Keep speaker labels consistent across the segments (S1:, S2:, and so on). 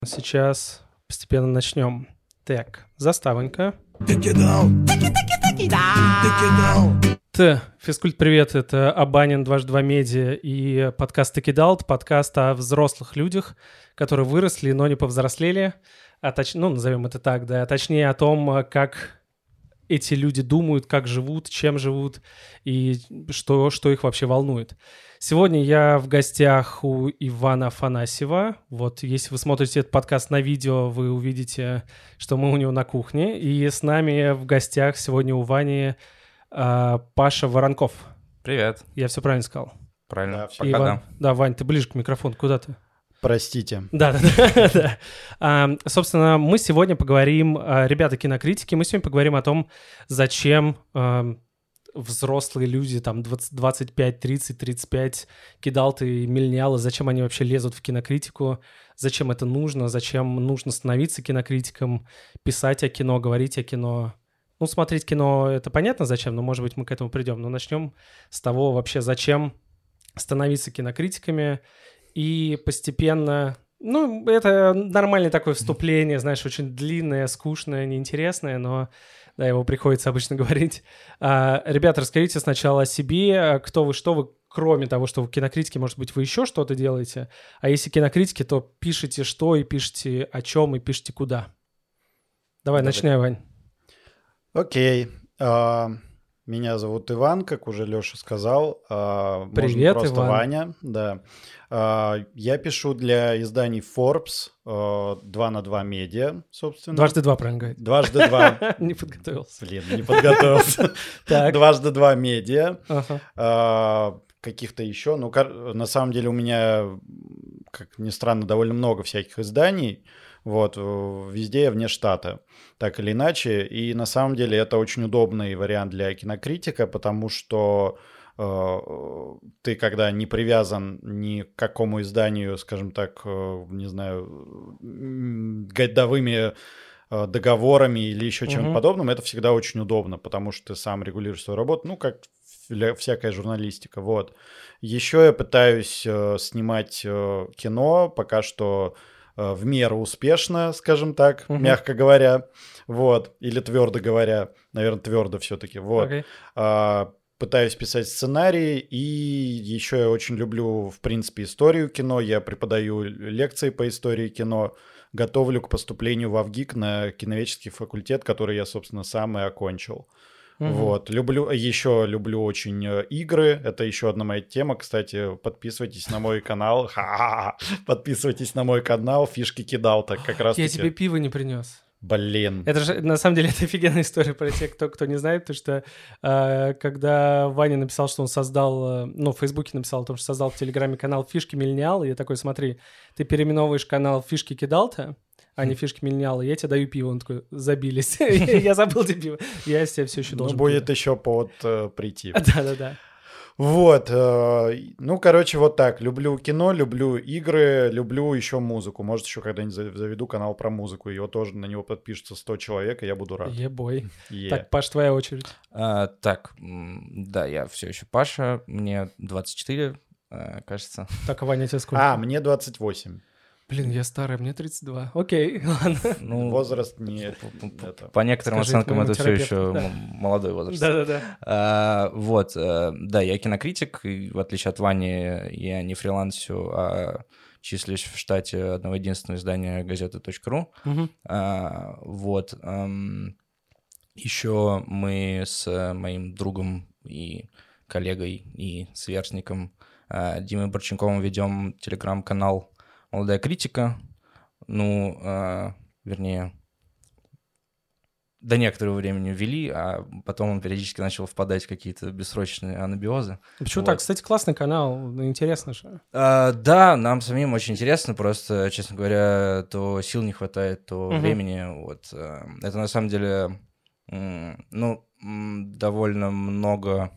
S1: Сейчас постепенно начнем. Так, заставонька. Физкульт, привет, это Абанин, дважды два медиа и подкаст «Текидалт», подкаст о взрослых людях, которые выросли, но не повзрослели, назовем это так, да, а точнее о том, как эти люди думают, как живут, чем живут и что их вообще волнует. Сегодня я в гостях у Ивана Афанасьева. Вот, если вы смотрите этот подкаст на видео, вы увидите, что мы у него на кухне. И с нами в гостях сегодня у Вани Паша Воронков.
S2: Привет.
S1: Я все правильно сказал?
S2: Правильно.
S3: Да,
S2: пока
S1: Иван...
S2: да.
S1: Да, Вань, ты ближе к микрофону. Куда ты?
S3: Простите.
S1: Да. Собственно, мы сегодня поговорим, ребята кинокритики, мы сегодня поговорим о том, зачем взрослые люди, там, 25, 30, 35, кидалты и миллениалы, зачем они вообще лезут в кинокритику, зачем это нужно, зачем нужно становиться кинокритиком, писать о кино, говорить о кино. Ну, смотреть кино, это понятно зачем, но, может быть, мы к этому придем. Но начнем с того вообще, зачем становиться кинокритиками. И постепенно... Ну, это нормальное такое вступление, знаешь, очень длинное, скучное, неинтересное, но да, его приходится обычно говорить. Ребята, расскажите сначала о себе, кто вы, что вы, кроме того, что вы кинокритики, может быть, вы еще что-то делаете, а если кинокритики, то пишите что и пишите о чем и пишите куда. Давай, начинай, Вань.
S3: Окей. Меня зовут Иван, как уже Леша сказал.
S1: Привет,
S3: можно просто
S1: Иван.
S3: Ваня. Да. Я пишу для изданий Forbes, 2x2 медиа, собственно.
S1: Дважды два, правильно говорить.
S3: Дважды два.
S1: Не подготовился.
S3: Блин, не подготовился.
S1: Так.
S3: Дважды два медиа.
S1: Ага.
S3: Каких-то еще. Ну, на самом деле у меня, как ни странно, довольно много всяких изданий. Вот, везде я вне штата, так или иначе. И на самом деле это очень удобный вариант для кинокритика, потому что ты, когда не привязан ни к какому изданию, скажем так, не знаю, годовыми договорами или еще чем-то подобным, это всегда очень удобно, потому что ты сам регулируешь свою работу, ну, как всякая журналистика, вот. Еще я пытаюсь снимать кино, пока что в меру успешно, скажем так, мягко говоря, вот, или твердо говоря, наверное, твердо все-таки, вот. Пытаюсь писать сценарии, и еще я очень люблю, в принципе, историю кино, я преподаю лекции по истории кино, готовлю к поступлению в ВГИК на киноведческий факультет, который я, собственно, сам и окончил. Вот, люблю очень игры, это еще одна моя тема, кстати, подписывайтесь на мой канал, подписывайтесь на мой канал «Фишки Кидалта», как раз таки.
S1: Я тебе пиво не принес.
S3: Блин.
S1: Это же, на самом деле, это офигенная история про тех, кто не знает, потому что когда Ваня написал, что он создал, в Фейсбуке написал о том, что создал в Телеграме канал «Фишки Миллениалы», я такой, смотри, ты переименовываешь канал «Фишки Кидалта», а не «Фишки Миллениалы», я тебе даю пиво. Он такой, забились. Я забыл тебе пиво. Я с тебя все еще должен.
S3: Будет еще повод прийти.
S1: Да.
S3: Вот, короче, вот так. Люблю кино, люблю игры, люблю еще музыку. Может, еще когда-нибудь заведу канал про музыку. Его тоже, на него подпишется 100 человек, и я буду рад.
S1: Ебой. Так, Паш, твоя очередь.
S2: Да, я все еще Паша, мне 24, кажется.
S1: Так, а Ваня, тебе сколько?
S3: Мне 28.
S1: Блин, я старый, мне 32. Окей, ладно.
S3: Возраст не...
S2: По некоторым оценкам это все еще молодой возраст.
S1: Да.
S2: Да, я кинокритик, и в отличие от Вани, я не фрилансю, а числюсь в штате одного единственного издания газеты.ру. Еще мы с моим другом и коллегой и сверстником Димой Борченковым ведем телеграм-канал «Молодая критика», вернее, до некоторого времени ввели, а потом он периодически начал впадать в какие-то бессрочные анабиозы.
S1: Почему так? Кстати, классный канал, интересно же.
S2: Да, нам самим очень интересно, просто, честно говоря, то сил не хватает, то времени. Вот. Это на самом деле, довольно много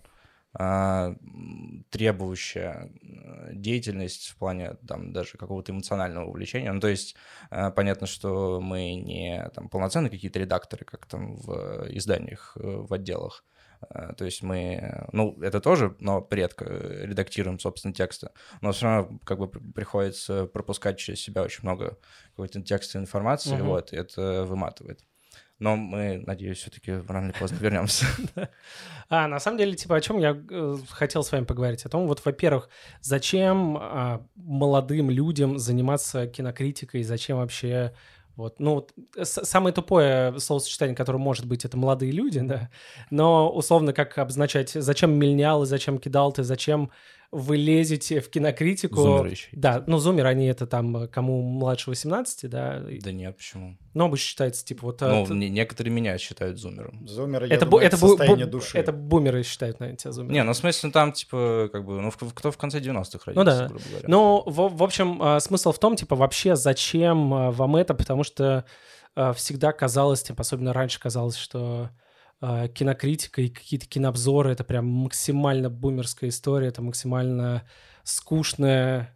S2: требующая деятельность в плане там даже какого-то эмоционального увлечения. Ну, то есть понятно, что мы не там полноценные какие-то редакторы, как там в изданиях, в отделах, То есть мы, ну, это тоже, но редко редактируем, собственно, тексты. Но все равно как бы приходится пропускать через себя очень много какой-то текста информации, вот, и это выматывает. Но мы, надеюсь, все-таки рано или поздно вернемся.
S1: На самом деле, типа, о чем я хотел с вами поговорить? О том, вот, во-первых, зачем молодым людям заниматься кинокритикой, зачем вообще... Вот, ну, вот, самое тупое словосочетание, которое может быть, это молодые люди, да, но условно как обозначать, зачем миллениалы, зачем кидалты, зачем вы лезете в кинокритику.
S2: Зумеры еще есть.
S1: Да, ну, зумеры, они это там, кому младше 18, да.
S2: Да нет, почему?
S1: Ну, обычно считается, типа, вот...
S2: Ну, некоторые меня считают зумером.
S3: Зумеры, я думаю, это состояние души.
S1: Это бумеры считают, наверное, тебя зумером.
S2: Не, ну, в смысле, там, типа, как бы, ну, кто в конце 90-х родился,
S1: ну, да.
S2: грубо говоря.
S1: Ну, в общем, смысл в том, типа, вообще, зачем вам это, потому что всегда казалось, типа, особенно раньше казалось, что кинокритика и какие-то кинообзоры — это прям максимально бумерская история, это максимально скучная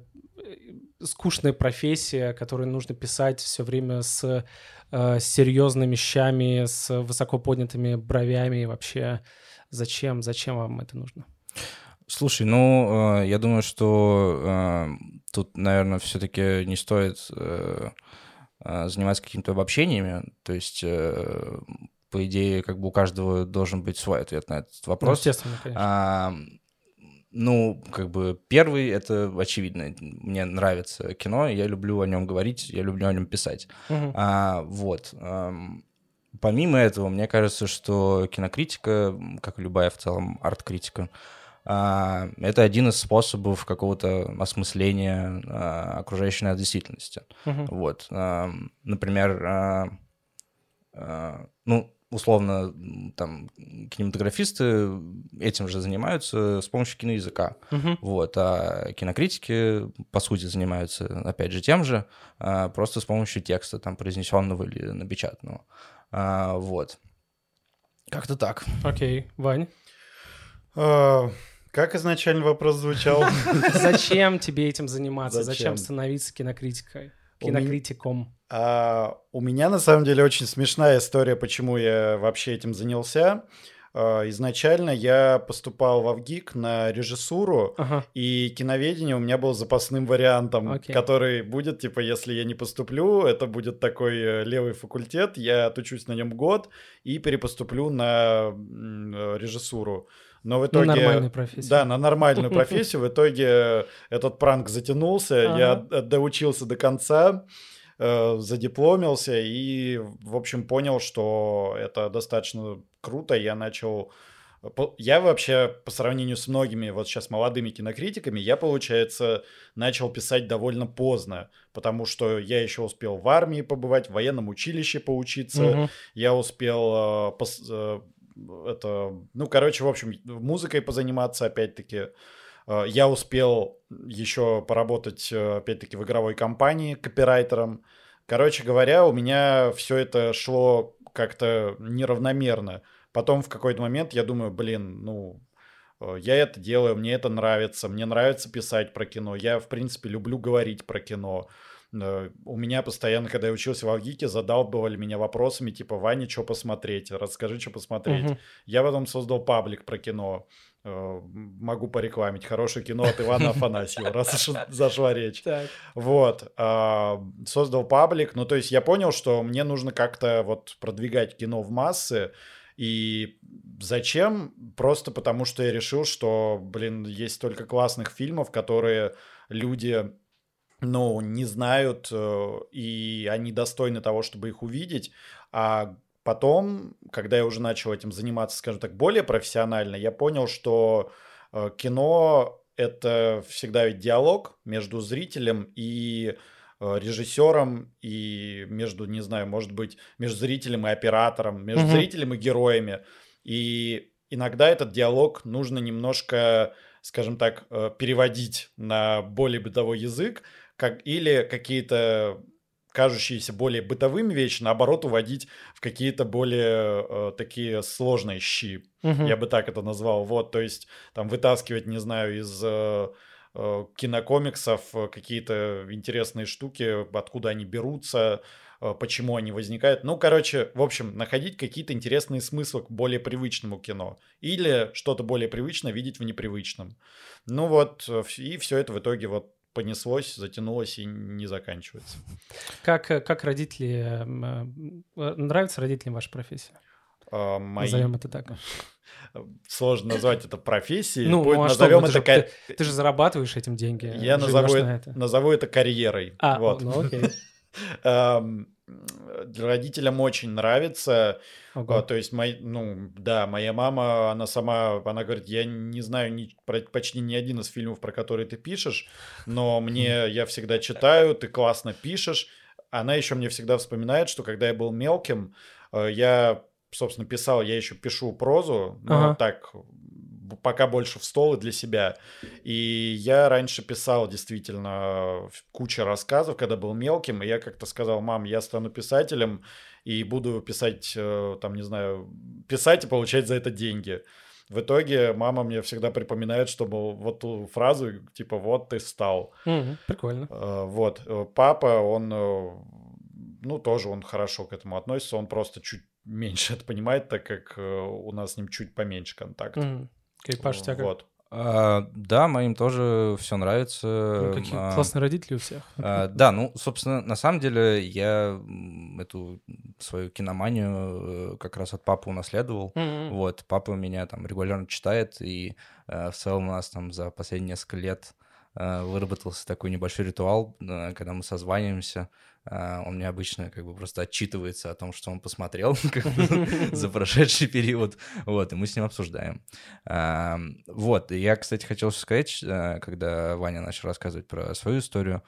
S1: профессия, которую нужно писать все время с серьезными щами, с высоко поднятыми бровями. И вообще, зачем вам это нужно?
S2: Слушай, ну, я думаю, что тут, наверное, все-таки не стоит заниматься какими-то обобщениями. То есть, по идее, как бы у каждого должен быть свой ответ на этот вопрос.
S1: Ну, естественно, конечно.
S2: Ну, как бы первый — это очевидно. Мне нравится кино, я люблю о нем говорить, я люблю о нем писать. Вот. Помимо этого, мне кажется, что кинокритика, как и любая в целом арт-критика, это один из способов какого-то осмысления окружающей нас действительности. Вот. Например, ну, условно, там, кинематографисты этим же занимаются с помощью киноязыка. Вот. А кинокритики, по сути, занимаются, опять же, тем же, просто с помощью текста, там, произнесенного или напечатанного. Вот. Как-то так.
S1: Окей. Вань?
S3: Как изначально вопрос звучал?
S1: Зачем тебе этим заниматься? Зачем становиться кинокритиком?
S3: У меня, на самом деле, очень смешная история, почему я вообще этим занялся. Изначально я поступал в ВГИК на режиссуру, и киноведение у меня был запасным вариантом, который будет, типа, если я не поступлю, это будет такой левый факультет, я отучусь на нем год и перепоступлю на режиссуру. Но в итоге...
S1: На нормальную профессию.
S3: Да, на нормальную профессию. В итоге этот пранк затянулся, я доучился до конца, задипломился и, в общем, понял, что это достаточно круто. Я вообще, по сравнению с многими вот сейчас молодыми кинокритиками, я, получается, начал писать довольно поздно, потому что я еще успел в армии побывать, в военном училище поучиться, я успел... в общем, музыкой позаниматься, опять-таки. Я успел еще поработать, опять-таки, в игровой компании копирайтером. Короче говоря, у меня все это шло как-то неравномерно. Потом в какой-то момент я думаю, я это делаю, мне это нравится, мне нравится писать про кино. Я, в принципе, люблю говорить про кино. У меня постоянно, когда я учился в ВГИКе, задалбывали меня вопросами, типа, Ваня, что посмотреть? Расскажи, что посмотреть. Я потом создал паблик про кино. Могу порекламить. Хорошее кино от Ивана Афанасьева, раз уж зашла речь. Вот. Создал паблик. Ну, то есть я понял, что мне нужно как-то вот продвигать кино в массы. И зачем? Просто потому, что я решил, что, есть столько классных фильмов, которые люди... не знают, и они достойны того, чтобы их увидеть. А потом, когда я уже начал этим заниматься, скажем так, более профессионально, я понял, что кино — это всегда ведь диалог между зрителем и режиссером, и между, не знаю, может быть, между зрителем и оператором, между зрителем и героями. И иногда этот диалог нужно немножко, скажем так, переводить на более бытовой язык, или какие-то кажущиеся более бытовыми вещи, наоборот, уводить в какие-то более такие сложные щи. Я бы так это назвал. Вот, то есть там вытаскивать, не знаю, из кинокомиксов, какие-то интересные штуки, откуда они берутся, почему они возникают. Ну, короче, в общем, находить какие-то интересные смыслы к более привычному кино. Или что-то более привычное видеть в непривычном. Ну вот, и все это в итоге вот понеслось, затянулось и не заканчивается.
S1: Как родители... Нравится родителям ваша профессия? Назовем это так.
S3: Сложно назвать это профессией.
S1: Ну,
S3: назовем это...
S1: Ты же зарабатываешь этим деньги.
S3: Я назову это карьерой. Вот.
S1: Ну окей.
S3: Родителям очень нравится.
S1: Ого.
S3: То есть, моя мама, она говорит, я не знаю почти ни один из фильмов, про которые ты пишешь, но я всегда читаю, ты классно пишешь. Она еще мне всегда вспоминает, что когда я был мелким, я, собственно, писал, я еще пишу прозу, но так, пока больше в стол и для себя. И я раньше писал действительно кучу рассказов, когда был мелким, и я как-то сказал: мам, я стану писателем и буду писать, там, не знаю, писать и получать за это деньги. В итоге мама мне всегда припоминает, что, мол, вот ту фразу, типа, вот ты стал.
S1: Прикольно.
S3: Вот. Папа, он, тоже он хорошо к этому относится, он просто чуть меньше это понимает, так как у нас с ним чуть поменьше контакта.
S1: Окей, Паш, у тебя как?
S3: Вот.
S2: Да, моим тоже все нравится.
S1: Какие классные родители у всех.
S2: Да, собственно, на самом деле я эту свою киноманию как раз от папы унаследовал. Вот, папа меня там регулярно читает, и в целом у нас там за последние несколько лет выработался такой небольшой ритуал, когда мы созваниваемся. Он мне обычно как бы просто отчитывается о том, что он посмотрел за прошедший период, вот, и мы с ним обсуждаем. Вот, и я, кстати, хотел сказать, когда Ваня начал рассказывать про свою историю,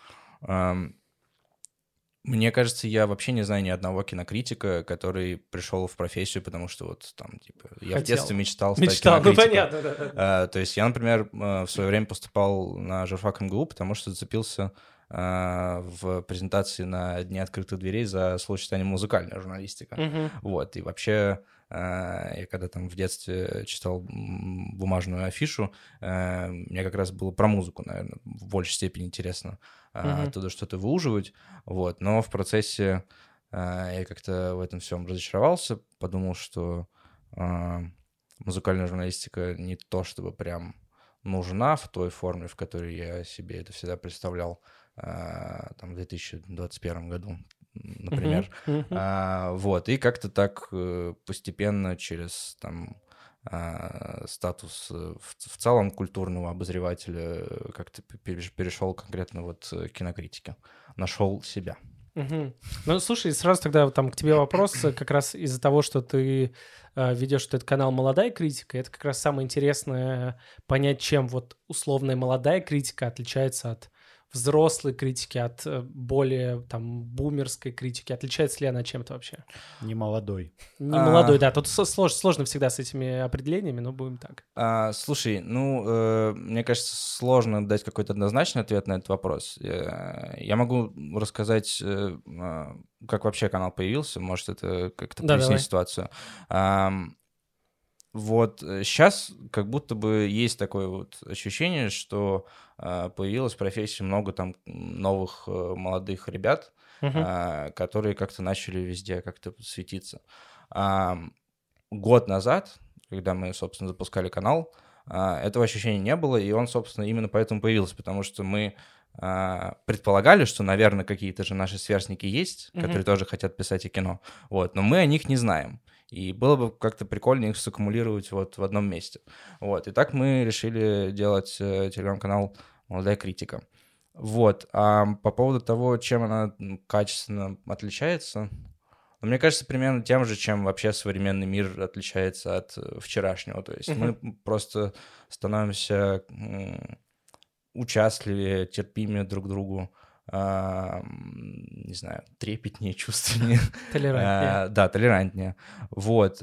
S2: мне кажется, я вообще не знаю ни одного кинокритика, который пришел в профессию, потому что вот там, типа, я в детстве мечтал стать кинокритиком.
S1: Понятно, да.
S2: То есть я, например, в свое время поступал на журфак МГУ, потому что зацепился в презентации на Дне открытых дверей за словосочетание «музыкальная журналистика». Вот, и вообще я когда там в детстве читал бумажную афишу, мне как раз было про музыку, наверное, в большей степени интересно оттуда что-то выуживать, вот, но в процессе я как-то в этом всем разочаровался, подумал, что музыкальная журналистика не то чтобы прям нужна в той форме, в которой я себе это всегда представлял там в 2021 году, например. Вот, и как-то так постепенно через там статус в целом культурного обозревателя как-то перешел конкретно вот к кинокритике. Нашел себя.
S1: Ну, слушай, сразу тогда там к тебе вопрос, как раз из-за того, что ты ведешь этот канал «Молодая критика», это как раз самое интересное понять, чем вот условная молодая критика отличается от взрослой критики, от более там бумерской критики. Отличается ли она чем-то вообще?
S3: Не молодой.
S1: Не молодой, да. Тут сложно всегда с этими определениями, но будем так.
S2: Слушай, мне кажется, сложно дать какой-то однозначный ответ на этот вопрос. Я могу рассказать, как вообще канал появился. Может, это как-то прояснит ситуацию. Вот сейчас как будто бы есть такое вот ощущение, что появилось в профессии много там новых молодых ребят, которые как-то начали везде как-то светиться. Год назад, когда мы, собственно, запускали канал, этого ощущения не было, и он, собственно, именно поэтому появился, потому что мы предполагали, что, наверное, какие-то же наши сверстники есть, которые тоже хотят писать о кино, вот, но мы о них не знаем. И было бы как-то прикольно их саккумулировать вот в одном месте. Вот. И так мы решили делать телеграм-канал «Молодая критика». Вот. А по поводу того, чем она качественно отличается, мне кажется, примерно тем же, чем вообще современный мир отличается от вчерашнего. То есть мы просто становимся участливее, терпимее друг к другу, не знаю, трепетнее, чувственнее.
S1: Толерантнее.
S2: Да, толерантнее. Вот.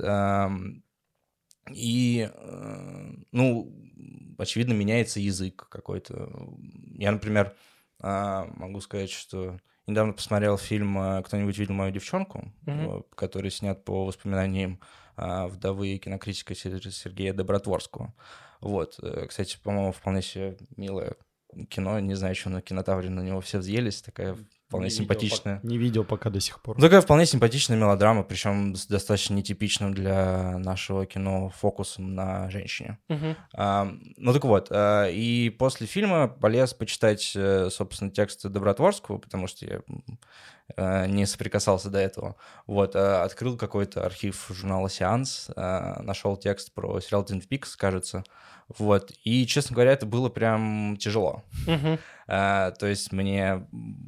S2: И, очевидно, меняется язык какой-то. Я, например, могу сказать, что недавно посмотрел фильм «Кто-нибудь видел мою девчонку», который снят по воспоминаниям вдовы кинокритика Сергея Добротворского. Вот. Кстати, по-моему, вполне себе милая кино, не знаю, что на Кинотавре на него все взъелись, такая вполне симпатичная.
S3: Не видел пока до сих пор.
S2: Такая вполне симпатичная мелодрама, причем с достаточно нетипичным для нашего кино фокусом на женщине. Ну так вот, и после фильма полез почитать, собственно, тексты Добротворского, потому что я не соприкасался до этого. Вот, открыл какой-то архив журнала «Сеанс», нашел текст про сериал «Twin Peaks», кажется. Вот, и, честно говоря, это было прям тяжело. То есть мне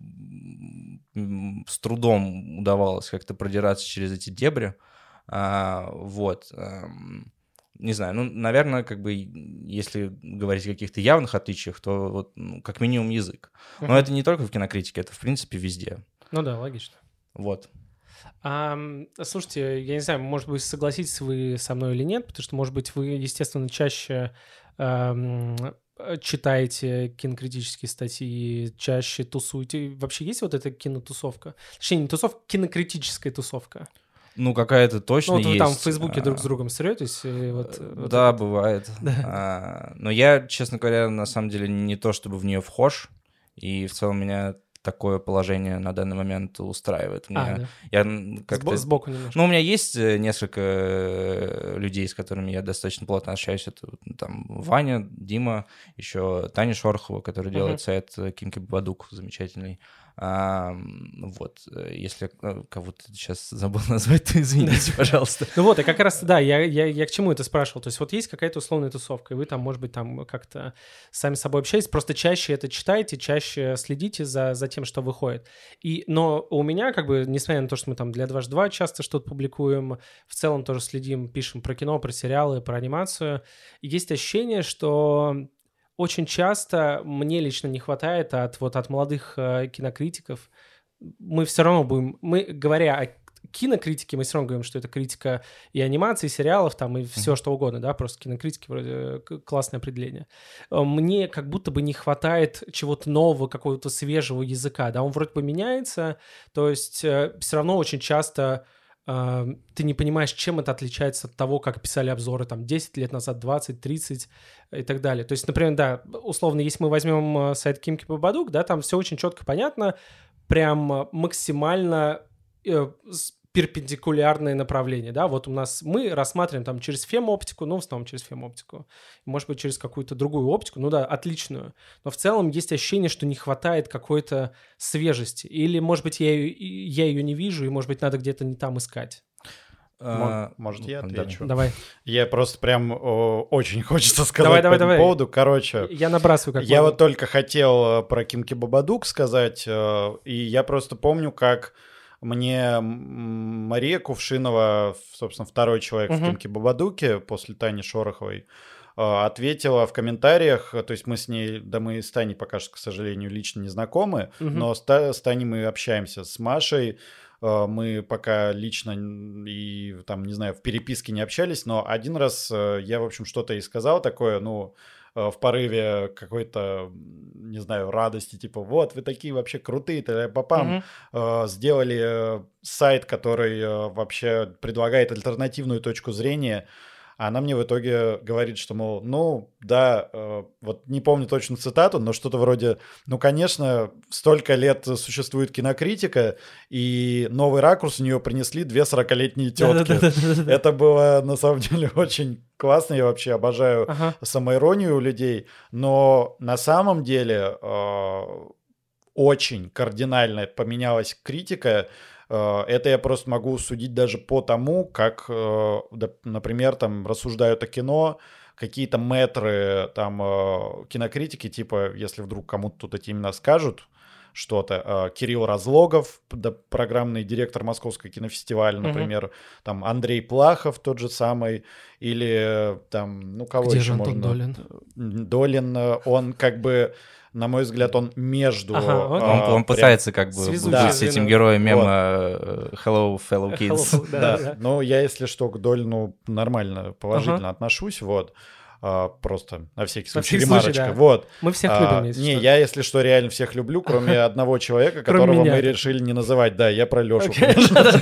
S2: с трудом удавалось как-то продираться через эти дебри. Вот. Не знаю, ну, наверное, как бы, если говорить о каких-то явных отличиях, то вот, ну, как минимум язык. Но это не только в кинокритике, это, в принципе, везде.
S1: Ну да, логично.
S2: Вот.
S1: Слушайте, я не знаю, может быть, согласитесь вы со мной или нет, потому что, может быть, вы, естественно, чаще читаете кинокритические статьи, чаще тусуете. Вообще есть вот эта кинотусовка? Точнее, не тусовка, кинокритическая тусовка.
S2: Ну, какая-то точно есть.
S1: Ну, вот вы там в Фейсбуке друг с другом сретесь?
S2: Да, бывает. Но я, честно говоря, на самом деле не то чтобы в нее вхож, и в целом меня такое положение на данный момент устраивает. Я как-то...
S1: Сбоку немножко.
S2: Ну, у меня есть несколько людей, с которыми я достаточно плотно общаюсь. Это там Ваня, Дима, еще Таня Шорохова, которая делает сайт Кинки Бабадук, замечательный. Вот, если кого-то сейчас забыл назвать, то извините, пожалуйста.
S1: Ну вот, и как раз, да, я к чему это спрашивал. То есть вот есть какая-то условная тусовка, и вы там, может быть, там как-то сами с собой общаетесь, просто чаще это читаете, чаще следите за тем, что выходит. Но у меня, как бы, несмотря на то, что мы там для 2H2 часто что-то публикуем, в целом тоже следим, пишем про кино, про сериалы, про анимацию, есть ощущение, что... Очень часто мне лично не хватает от молодых кинокритиков. Мы все равно говоря о кинокритике, мы все равно говорим, что это критика и анимации, и сериалов, там, и все что угодно, да, просто кинокритики вроде классное определение. Мне как будто бы не хватает чего-то нового, какого-то свежего языка, да, он вроде бы меняется, то есть все равно очень часто... ты не понимаешь, чем это отличается от того, как писали обзоры там 10 лет назад, 20, 30 и так далее. То есть, например, да, условно, если мы возьмем сайт Кинки Бабадук, да, там все очень четко понятно, прям максимально перпендикулярное направление, да, вот у нас мы рассматриваем там через фем-оптику, ну, в основном через фем-оптику, может быть, через какую-то другую оптику, ну да, отличную, но в целом есть ощущение, что не хватает какой-то свежести, или, может быть, я ее не вижу, и, может быть, надо где-то не там искать.
S3: Может, я отвечу?
S1: Давай.
S3: Я просто прям очень хочется сказать по этому поводу. Короче,
S1: я набрасываю как
S3: я вот только хотел про Кинки Бабадук сказать, и я просто помню, как мне Мария Кувшинова, собственно, второй человек в Кинки Бабадуке после Тани Шороховой, ответила в комментариях, то есть мы с ней, да мы с Таней пока что, к сожалению, лично не знакомы, но с Таней мы общаемся, с Машей мы пока лично и там, не знаю, в переписке не общались, но один раз я, в общем, что-то и сказал такое, ну, в порыве какой-то, не знаю, радости, типа, вот, вы такие вообще крутые, попам, сделали сайт, который вообще предлагает альтернативную точку зрения. А она мне в итоге говорит, что, мол, ну, да, вот не помню точно цитату, но что-то вроде, ну, конечно, столько лет существует кинокритика, и новый ракурс у нее принесли 2 40-летние тетки. Это было, на самом деле, очень классно, я вообще обожаю самоиронию у людей, но на самом деле очень кардинально поменялась критика. Это я просто могу судить даже по тому, как, например, там рассуждают о кино какие-то мэтры там кинокритики, типа, если вдруг кому-то тут эти имена скажут что-то, Кирилл Разлогов, программный директор Московского кинофестиваля, например, там Андрей Плахов тот же самый, или там, ну, кого
S1: Где
S3: еще
S1: же Антон
S3: можно? Долин, он как бы... На мой взгляд, он между...
S2: Он пытается как бы быть с этим героем мема Hello, fellow kids.
S3: Да, но я, если что, к Долину нормально, положительно отношусь, вот. Просто на всякий случай ремарочка. Вот.
S1: Мы всех любим, если
S3: Не,
S1: что.
S3: я, если что, реально всех люблю, кроме одного человека, которого мы решили не называть. Да, я про Лешу.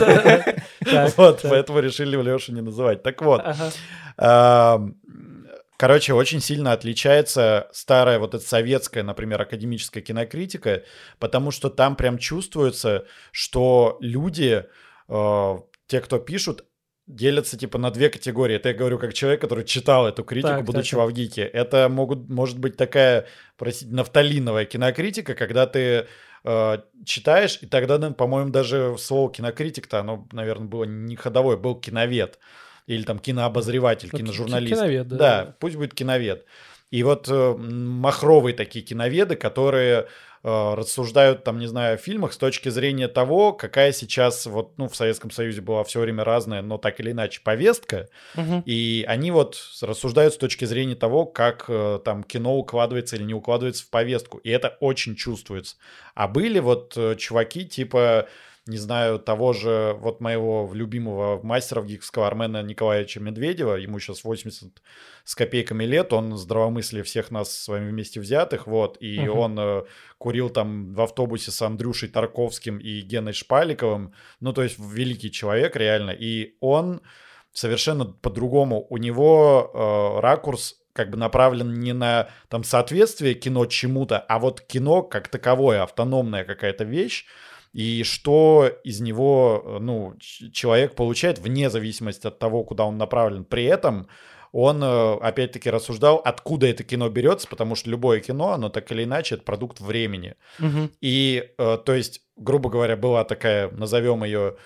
S3: Вот, поэтому решили Лешу не называть. Так вот. Короче, очень сильно отличается старая вот эта советская, например, академическая кинокритика, потому что там прям чувствуется, что люди, те, кто пишут, делятся типа на две категории. Это я говорю как человек, который читал эту критику, будучи в Авгике. Это может быть такая, простите, нафталиновая кинокритика, когда ты читаешь, и тогда, по-моему, даже слово кинокритик-то, оно, наверное, было не ходовое, был киновед. Или там кинообозреватель, киножурналист.
S1: Киновед, да.
S3: Да, пусть будет киновед. И вот махровые такие киноведы, которые рассуждают, там, не знаю, о фильмах с точки зрения того, какая сейчас вот, ну, в Советском Союзе была все время разная, но так или иначе повестка. И они вот рассуждают с точки зрения того, как там кино укладывается или не укладывается в повестку. И это очень чувствуется. А были вот чуваки типа... не знаю, того же вот моего любимого мастера гиковского Армена Николаевича Медведева, ему сейчас 80 с копейками лет, он здравомыслие всех нас с вами вместе взятых, вот, и он курил там в автобусе с Андрюшей Тарковским и Геной Шпаликовым, ну, то есть великий человек реально, и он совершенно по-другому, у него ракурс как бы направлен не на там соответствие кино чему-то, а вот кино как таковое, автономная какая-то вещь, и что из него, ну, человек получает вне зависимости от того, куда он направлен. При этом он, опять-таки, рассуждал, откуда это кино берется, потому что любое кино, оно так или иначе, это продукт времени. И, то есть, грубо говоря, была такая, назовем ее...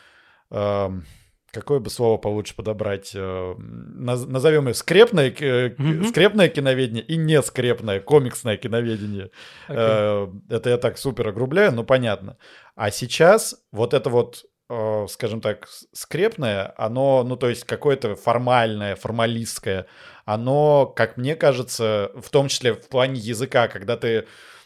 S3: какое бы слово получше подобрать? Назовем ее скрепное киноведение и нескрепное, комиксное киноведение. Это я так супер огрубляю, но понятно. А сейчас вот это вот, скажем так, скрепное, оно, ну то есть какое-то формальное, формалистское, оно, как мне кажется, в том числе в плане языка, когда ты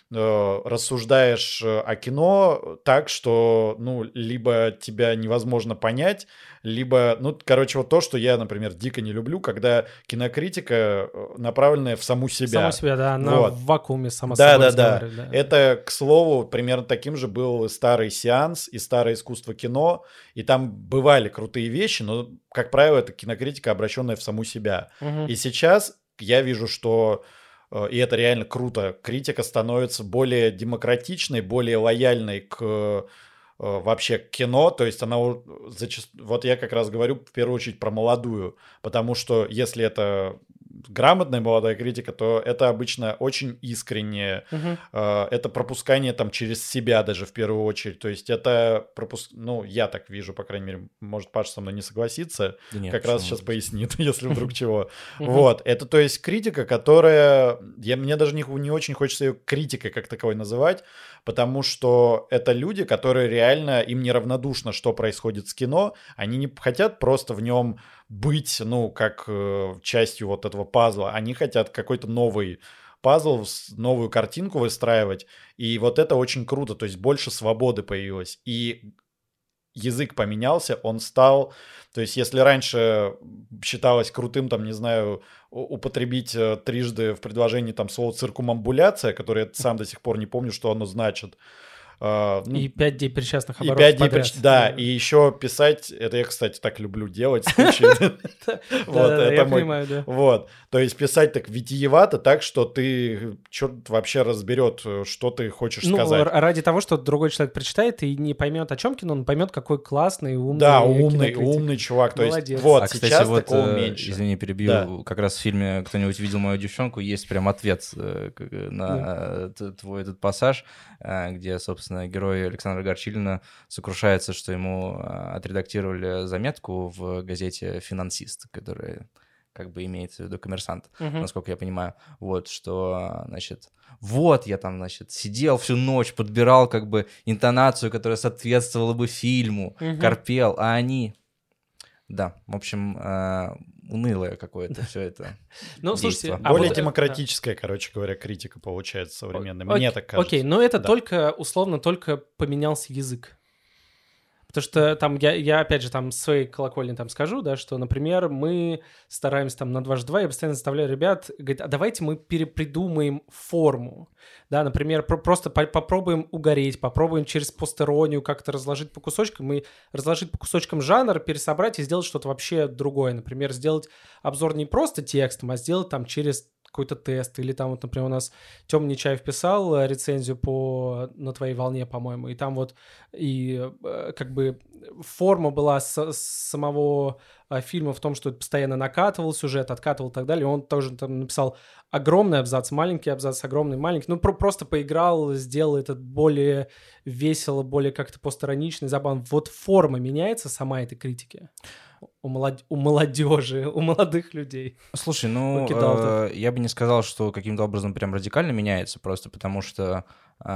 S3: рассуждаешь о кино так, что, ну, либо тебя невозможно понять, либо, ну, короче, вот то, что я, например, дико не люблю, когда кинокритика направленная в саму себя.
S1: Саму себя, да, она
S3: вот.
S1: в вакууме сама собой разговаривает.
S3: Да. Это, к слову, примерно таким же был старый сеанс и старое искусство кино, и там бывали крутые вещи, но, как правило, это кинокритика, обращенная в саму себя. И сейчас я вижу, что и это реально круто. Критика становится более демократичной, более лояльной к вообще к кино. То есть она вот я как раз говорю в первую очередь про молодую, потому что если это грамотная молодая критика, то это обычно очень искреннее. Это пропускание там через себя даже в первую очередь. То есть это ну, я так вижу, по крайней мере. Может, Паша со мной не согласится. Да нет, как раз сейчас пояснит, если вдруг чего. Вот. Это, то есть, критика, которая... Мне даже не очень хочется ее критикой как таковой называть, потому что это люди, которые реально... Им неравнодушно, что происходит с кино. Они не хотят просто в нем быть, ну, как частью вот этого пазла. Они хотят какой-то новый пазл, новую картинку выстраивать. И вот это очень круто. То есть больше свободы появилось. И язык поменялся, он стал... То есть если раньше считалось крутым, там, не знаю, употребить трижды в предложении там слово «циркумамбуляция», которое я сам до сих пор не помню, что оно значит.
S1: И 5 причастных оборотов подряд.
S3: Да, и еще писать, это я, кстати, так люблю делать. Я
S1: понимаю, да.
S3: Вот, то есть писать так витиевато, так, что ты черт вообще разберет, что ты хочешь сказать.
S1: Ну, ради того, что другой человек прочитает и не поймет, о чем кино, он поймет, какой классный, умный.
S3: Да, умный чувак.
S1: Молодец.
S3: Вот,
S2: кстати,
S3: сейчас
S2: вот,
S3: такого меньше.
S2: Извини, перебью. Как раз в фильме «Кто-нибудь видел мою девчонку» есть прям ответ на твой этот пассаж, где, собственно, герой Александра Горчилина сокрушается, что ему отредактировали заметку в газете «Финансист», которая как бы имеется в виду «Коммерсант», насколько я понимаю. Вот, что, значит, вот я там, значит, сидел всю ночь, подбирал как бы интонацию, которая соответствовала бы фильму, корпел, а они... Да, в общем, унылое какое-то все это.
S1: Ну, слушайте,
S3: более демократическая, короче говоря, критика получается современная. Мне так кажется.
S1: Окей, но это только, условно, только поменялся язык. Потому что там я опять же, там своей колокольни там скажу, да, что, например, мы стараемся там на 2+2, я постоянно заставляю ребят, говорит, а давайте мы перепридумаем форму, да, например, просто попробуем угореть, попробуем через постеронию как-то разложить по кусочкам, и разложить по кусочкам жанр, пересобрать и сделать что-то вообще другое, например, сделать обзор не просто текстом, а сделать там через какой-то тест, или там вот, например, у нас Тёма Нечаев писал рецензию по «На твоей волне», по-моему, и там вот и как бы форма была самого фильма в том, что постоянно накатывал сюжет, откатывал и так далее, он тоже там написал огромный абзац, маленький абзац, огромный, маленький, ну просто поиграл, сделал это более весело, более как-то посторонично, забавно. Вот форма меняется сама этой критики. У молодежи, у молодых людей.
S2: Слушай, ну, я бы не сказал, что каким-то образом прям радикально меняется, просто потому что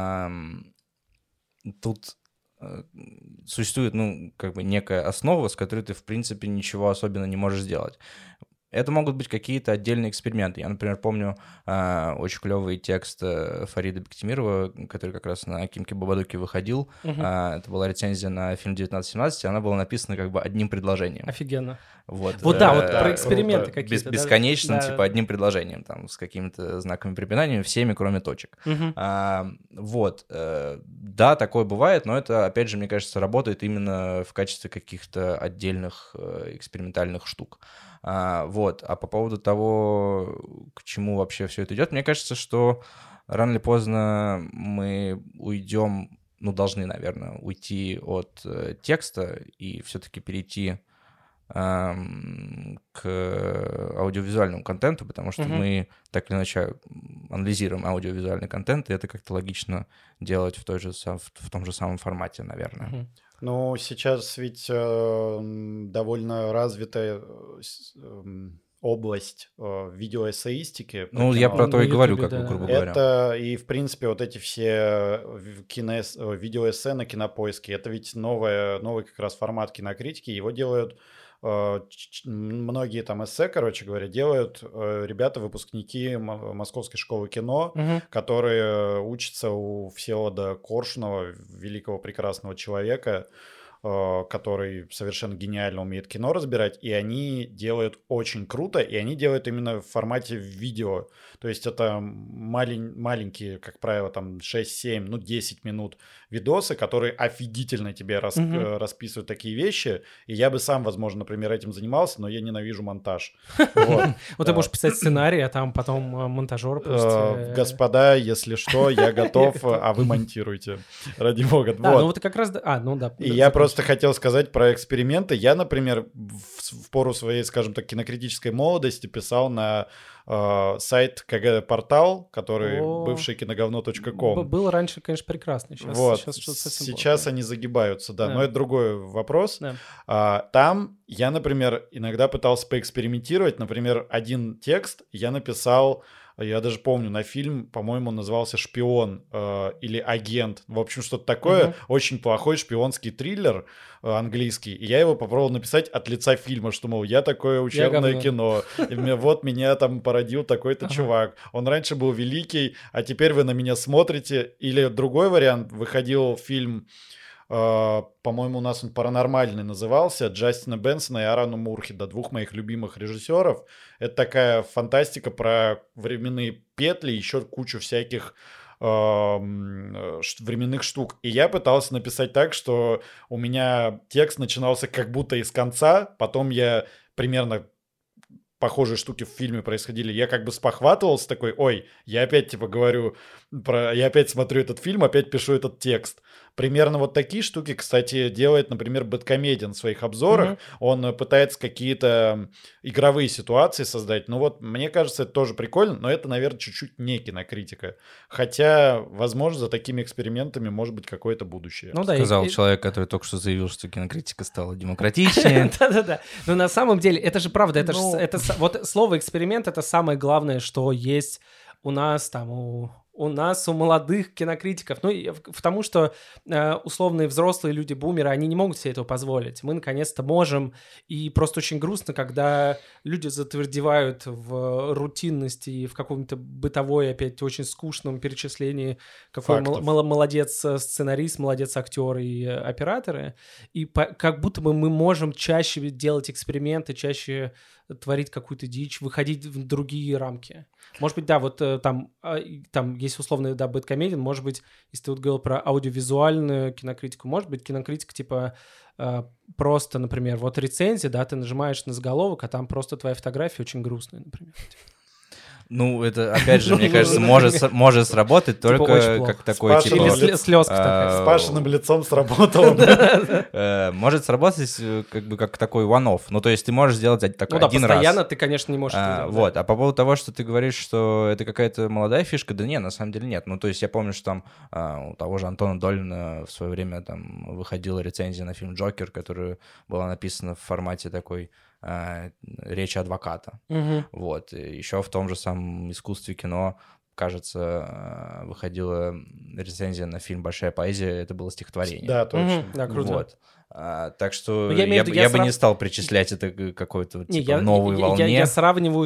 S2: тут существует, ну, как бы некая основа, с которой ты, в принципе, ничего особенно не можешь сделать. Это могут быть какие-то отдельные эксперименты. Я, например, помню очень клевый текст Фарида Бектимирова, который как раз на Кимке Бабадуке выходил. Это была рецензия на фильм «1917», и она была написана как бы одним предложением.
S1: Офигенно.
S2: Вот
S1: да, вот про эксперименты какие-то.
S2: Бесконечно, типа одним предложением, там, с какими-то знаками препинания, всеми, кроме точек. Вот. Да, такое бывает, но это, опять же, мне кажется, работает именно в качестве каких-то отдельных экспериментальных штук. Вот. А по поводу того, к чему вообще все это идет, мне кажется, что рано или поздно мы уйдем, ну, должны, наверное, уйти от текста и все-таки перейти к аудиовизуальному контенту, потому что мы так или иначе анализируем аудиовизуальный контент, и это как-то логично делать в том же самом формате, наверное.
S3: Ну, сейчас ведь довольно развитая область видеоэссеистики.
S2: Ну, я про то и говорю, как бы, грубо говоря.
S3: Это и, в принципе, вот эти все видеоэссе на Кинопоиске, это ведь новый как раз формат кинокритики, его делают многие там эссе, короче говоря, делают ребята-выпускники Московской школы кино, которые учатся у Всеволода Коршунова, великого прекрасного человека, который совершенно гениально умеет кино разбирать, и они делают очень круто, и они делают именно в формате видео. То есть это маленькие, как правило, там 6-7, 10 минут видосы, которые офигительно тебе расписывают такие вещи, и я бы сам, возможно, например, этим занимался, но я ненавижу монтаж.
S1: Вот ты можешь писать сценарий, а там потом монтажер просто...
S3: Господа, если что, я готов, а вы монтируйте. Ради бога.
S1: Ну вот как раз... ну да.
S3: И я просто хотел сказать про эксперименты. Я, например, в пору своей, скажем так, кинокритической молодости писал на сайт КГ-портал, который бывший киноговно.ком.
S1: Был раньше, конечно, прекрасный.
S3: Сейчас они загибаются, да. Но это другой вопрос. Там я, например, иногда пытался поэкспериментировать. Например, один текст я написал... Я даже помню, на фильм, по-моему, он назывался «Шпион» или «Агент». В общем, что-то такое. Очень плохой шпионский триллер английский. И я его попробовал написать от лица фильма, что, мол, я такое учебное кино. И вот меня там породил такой-то чувак. Он раньше был великий, а теперь вы на меня смотрите. Или другой вариант. Выходил фильм... по-моему, у нас он «Паранормальный» назывался, Джастина Бенсона и Аарону Мурхеда, двух моих любимых режиссеров. Это такая фантастика про временные петли, еще кучу всяких временных штук. И я пытался написать так, что у меня текст начинался как будто из конца, потом я примерно... похожие штуки в фильме происходили, я как бы спохватывался такой, ой, я опять типа говорю, я опять смотрю этот фильм, опять пишу этот текст. Примерно вот такие штуки, кстати, делает, например, Бэдкомедиан в своих обзорах. Он пытается какие-то игровые ситуации создать. Ну вот, мне кажется, это тоже прикольно, но это, наверное, чуть-чуть не кинокритика. Хотя, возможно, за такими экспериментами может быть какое-то будущее.
S2: Ну, да, сказал человек, который только что заявил, что кинокритика стала демократичнее.
S1: Да-да-да. Но на самом деле, это же правда, это вот слово «эксперимент» — это самое главное, что есть у нас там, у у нас, у молодых кинокритиков. Ну, потому что условные взрослые люди-бумеры, они не могут себе этого позволить. Мы, наконец-то, можем. И просто очень грустно, когда люди затвердевают в рутинности и в каком-то бытовой, опять, очень скучном перечислении, какой молодец сценарист, молодец актер и операторы. И как будто бы мы можем чаще делать эксперименты, чаще творить какую-то дичь, выходить в другие рамки. Может быть, да, вот там есть условный, да, бэдкомедиан, может быть, если ты вот говорил про аудиовизуальную кинокритику, может быть, кинокритика типа просто, например, вот рецензия, да, ты нажимаешь на заголовок, а там просто твоя фотография очень грустная, например.
S2: Ну, это, опять же, мне кажется, может сработать только как такой, типа...
S1: Или слезка такая.
S3: С Пашиным лицом сработало.
S2: Может сработать как такой one-off. Ну, то есть ты можешь сделать такой один раз.
S1: Постоянно ты, конечно, не можешь это делать.
S2: Вот, а по поводу того, что ты говоришь, что это какая-то молодая фишка, да нет, на самом деле нет. Ну, то есть я помню, что там у того же Антона Долина в свое время там выходила рецензия на фильм «Джокер», которая была написана в формате такой... речи адвоката. Вот. Еще в том же самом искусстве кино, кажется, выходила рецензия на фильм «Большая поэзия», это было стихотворение.
S3: Да, точно.
S1: Да, круто.
S2: Вот. Так что я бы не стал причислять это к какой-то типа, новой волне.
S1: Я сравниваю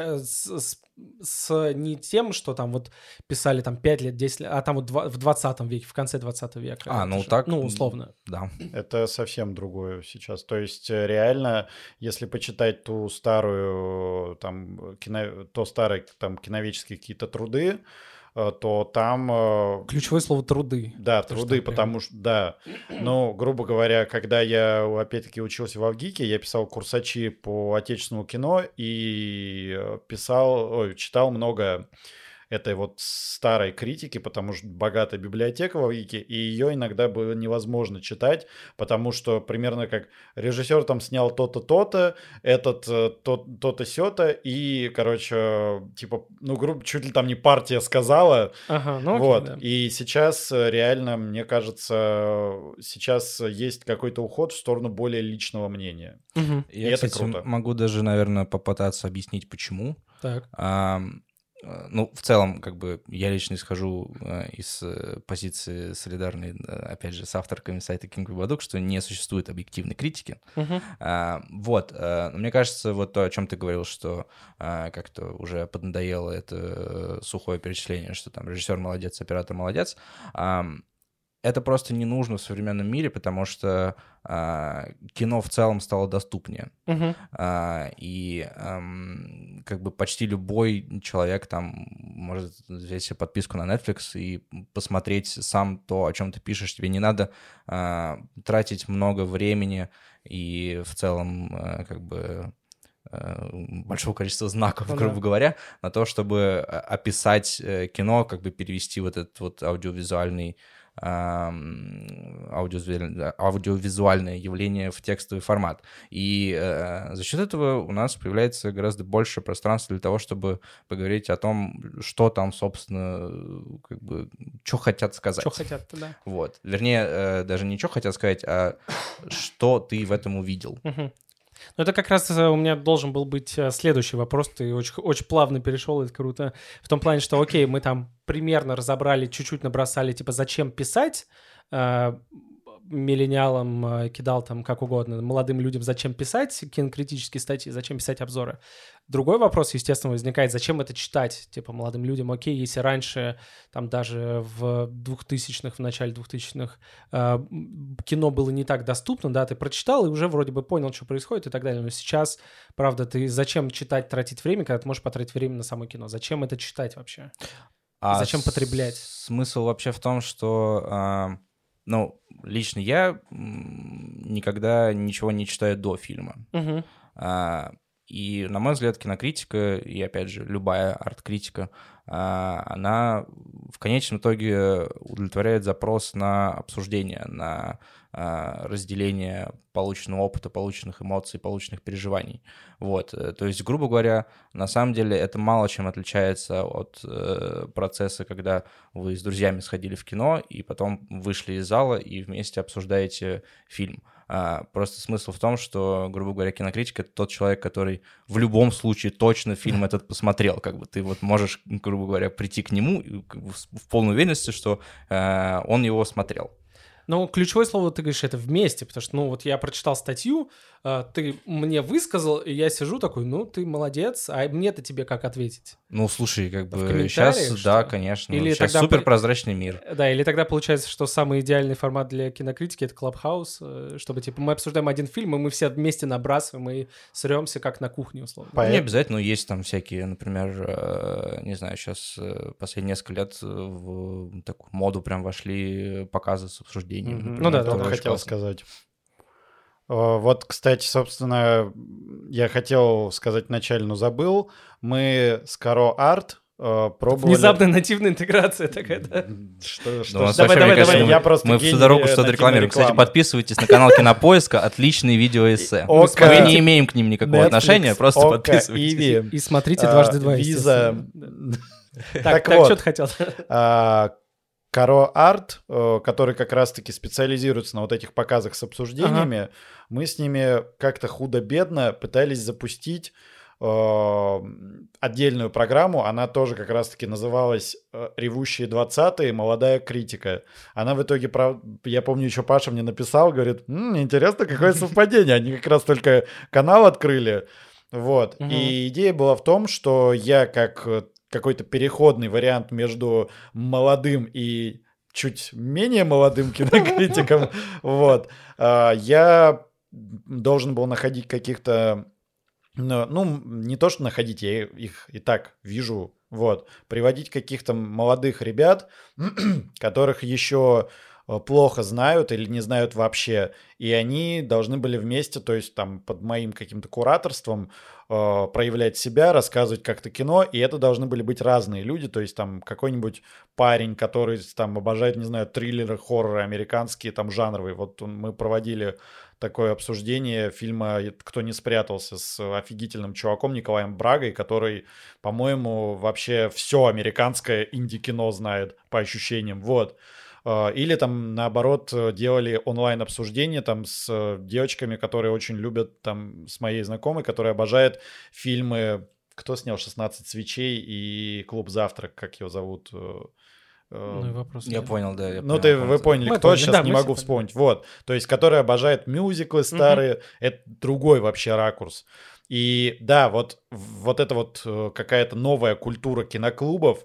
S1: с не тем, что там вот писали там 5 лет, 10 лет, а там вот в 20 веке, в конце 20 века.
S2: Ну так.
S1: Ну, условно.
S2: Да.
S3: Это совсем другое сейчас. То есть реально, если почитать ту старую, там, старые там киновеческие какие-то труды, то там...
S1: Ключевое слово «труды».
S3: Да, труды, потому что, да. Ну, грубо говоря, когда я, опять-таки, учился в Авгике, я писал курсачи по отечественному кино и читал много этой вот старой критики, потому что богатая библиотека в Авгике, и ее иногда было невозможно читать, потому что примерно как режиссер там снял то-то, то-то, этот то-то, сё-то, и, короче, типа, ну, грубо, чуть ли там не партия сказала.
S1: Ага, ну окей,
S3: вот.
S1: да.
S3: И сейчас реально, мне кажется, сейчас есть какой-то уход в сторону более личного мнения.
S2: И я, кстати, круто. Могу даже, наверное, попытаться объяснить, почему.
S1: Так.
S2: Ну, в целом, как бы, я лично исхожу из позиции солидарной, опять же, с авторками сайта King Бадук, что не существует объективной критики. Вот. Но мне кажется, вот то, о чем ты говорил, что как-то уже поднадоело это сухое перечисление, что там режиссер молодец, оператор молодец. Это просто не нужно в современном мире, потому что кино в целом стало доступнее. И как бы почти любой человек там может взять себе подписку на Netflix и посмотреть сам то, о чем ты пишешь. Тебе не надо тратить много времени и в целом как бы большого количества знаков, грубо говоря, на то, чтобы описать кино, как бы перевести вот этот вот аудиовизуальное явление в текстовый формат. И за счет этого у нас появляется гораздо больше пространства для того, чтобы поговорить о том, что там, собственно, как бы, что хотят сказать.
S1: Что хотят, да.
S2: Вот. Вернее, даже не что хотят сказать, а что ты в этом увидел.
S1: Ну, это как раз у меня должен был быть следующий вопрос. Ты очень, очень плавно перешел, это круто. В том плане, что, окей, мы там примерно разобрали, чуть-чуть набросали, типа, зачем писать, миллениалам кидал там как угодно, молодым людям зачем писать кинокритические статьи, зачем писать обзоры. Другой вопрос, естественно, возникает, зачем это читать, типа, молодым людям. Окей, если раньше, там, даже в 2000-х, в начале 2000-х кино было не так доступно, да, ты прочитал и уже вроде бы понял, что происходит и так далее, но сейчас, правда, ты зачем читать, тратить время, когда ты можешь потратить время на само кино? Зачем это читать вообще? Зачем потреблять?
S2: Смысл вообще в том, что... Ну, лично я никогда ничего не читаю до фильма. И, на мой взгляд, кинокритика и, опять же, любая арт-критика, она в конечном итоге удовлетворяет запрос на обсуждение, на разделение полученного опыта, полученных эмоций, полученных переживаний. Вот. То есть, грубо говоря, на самом деле это мало чем отличается от процесса, когда вы с друзьями сходили в кино и потом вышли из зала и вместе обсуждаете фильм. Просто смысл в том, что, грубо говоря, кинокритик — это тот человек, который в любом случае точно фильм этот посмотрел. Как бы ты вот можешь, грубо грубо говоря, прийти к нему в полной уверенности, что он его смотрел.
S1: Ну, ключевое слово, ты говоришь, это вместе, потому что, ну, вот я прочитал статью, ты мне высказал, и я сижу такой, ну, ты молодец, а мне-то тебе как ответить?
S2: Ну, слушай, как бы
S1: комментариях,
S2: сейчас,
S1: что?
S2: да, конечно.
S1: Или
S2: сейчас
S1: тогда
S2: суперпрозрачный мир.
S1: Да, или тогда получается, что самый идеальный формат для кинокритики — это Клабхаус, чтобы, типа, мы обсуждаем один фильм, и мы все вместе набрасываем и срёмся, как на кухне, условно.
S2: Не обязательно, но есть там всякие, например, не знаю, сейчас последние несколько лет в такую моду прям вошли показы с обсуждением. Например,
S1: Ну да,
S3: Вот
S1: да,
S3: хотел сказать. Вот, кстати, собственно, я хотел сказать вначале, но забыл. Мы с Каро Арт пробовали...
S1: Внезапная нативная интеграция такая, да?
S3: Что?
S1: Давай.
S3: Я просто
S2: мы всю дорогу что-то рекламируем. Кстати, подписывайтесь на канал Кинопоиска, отличные видеоэссе. Мы не имеем к ним никакого отношения, просто подписывайтесь.
S1: И смотрите дважды два.
S3: Виза.
S1: Так, что ты хотел?
S3: Каро Арт, который как раз-таки специализируется на вот этих показах с обсуждениями, мы с ними как-то худо-бедно пытались запустить отдельную программу. Она тоже как раз-таки называлась «Ревущие 20-е. Молодая критика». Она в итоге, я помню, еще Паша мне написал, говорит, интересно, какое совпадение. Они как раз только канал открыли. Вот. И идея была в том, что я как какой-то переходный вариант между молодым и чуть менее молодым кинокритиком, вот, я должен был находить каких-то, ну, не то что находить, я их и так вижу, вот, приводить каких-то молодых ребят, которых еще плохо знают или не знают вообще, и они должны были вместе, то есть там под моим каким-то кураторством проявлять себя, рассказывать как-то кино, и это должны были быть разные люди, то есть там какой-нибудь парень, который там обожает, не знаю, триллеры, хорроры американские, там жанровые, вот мы проводили такое обсуждение фильма «Кто не спрятался» с офигительным чуваком Николаем Брагой, который, по-моему, вообще все американское инди-кино знает по ощущениям, вот. Или там, наоборот, делали онлайн-обсуждения там с девочками, которые очень любят, там, с моей знакомой, которая обожает фильмы «Кто снял 16 свечей» и «Клуб завтрак», как его зовут?
S1: Ну и вопрос.
S2: Я понял, да.
S3: Вы поняли, кто, сейчас не могу вспомнить. Вот, то есть, который обожает мюзиклы старые, это другой вообще ракурс. И да, вот это вот какая-то новая культура киноклубов,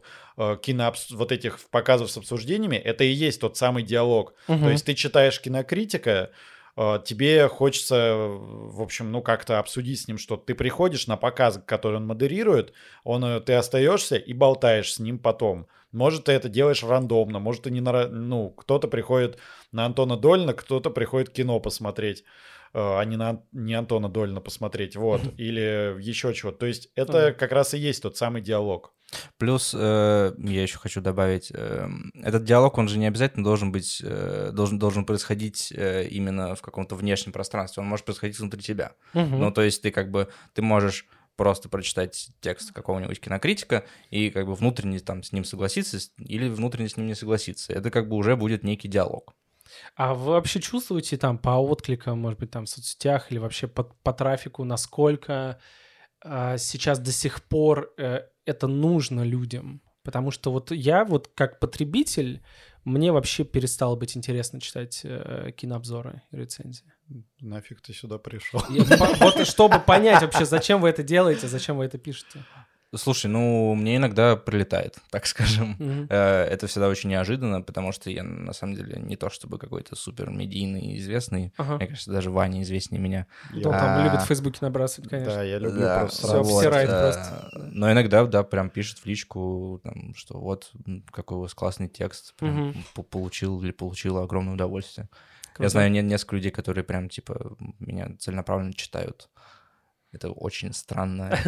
S3: вот этих показов с обсуждениями, это и есть тот самый диалог. То есть ты читаешь кинокритика, тебе хочется, в общем, ну как-то обсудить с ним что-то. Ты приходишь на показ, который он модерирует, ты остаешься и болтаешь с ним потом. Может, ты это делаешь рандомно, может, ты кто-то приходит на Антона Долина, кто-то приходит кино посмотреть, а не Антона Долина посмотреть, вот, или еще чего-то. То есть это как раз и есть тот самый диалог.
S2: Плюс я еще хочу добавить, этот диалог, он же не обязательно должен быть, должен происходить именно в каком-то внешнем пространстве, он может происходить внутри тебя. Ну, то есть ты можешь просто прочитать текст какого-нибудь кинокритика и как бы внутренне там с ним согласиться или внутренне с ним не согласиться. Это как бы уже будет некий диалог.
S1: А вы вообще чувствуете там по откликам, может быть, там в соцсетях или вообще по трафику, насколько сейчас до сих пор это нужно людям? Потому что вот я вот как потребитель, мне вообще перестало быть интересно читать кинообзоры и рецензии.
S3: Нафиг ты сюда пришел?
S1: Вот чтобы понять вообще, зачем вы это делаете, зачем вы это пишете.
S2: Слушай, мне иногда прилетает, так скажем. Это всегда очень неожиданно, потому что я, на самом деле, не то чтобы какой-то супер медийный и известный. Мне кажется, даже Ваня известнее меня.
S1: Он там любит в Фейсбуке набрасывать, конечно.
S3: Да, я люблю просто
S1: все обсирает просто.
S2: Но иногда, да, прям пишет в личку, там, что вот, какой у вас классный текст, прям получил или получила огромное удовольствие. Я знаю несколько людей, которые прям, типа, меня целенаправленно читают. Это очень странно.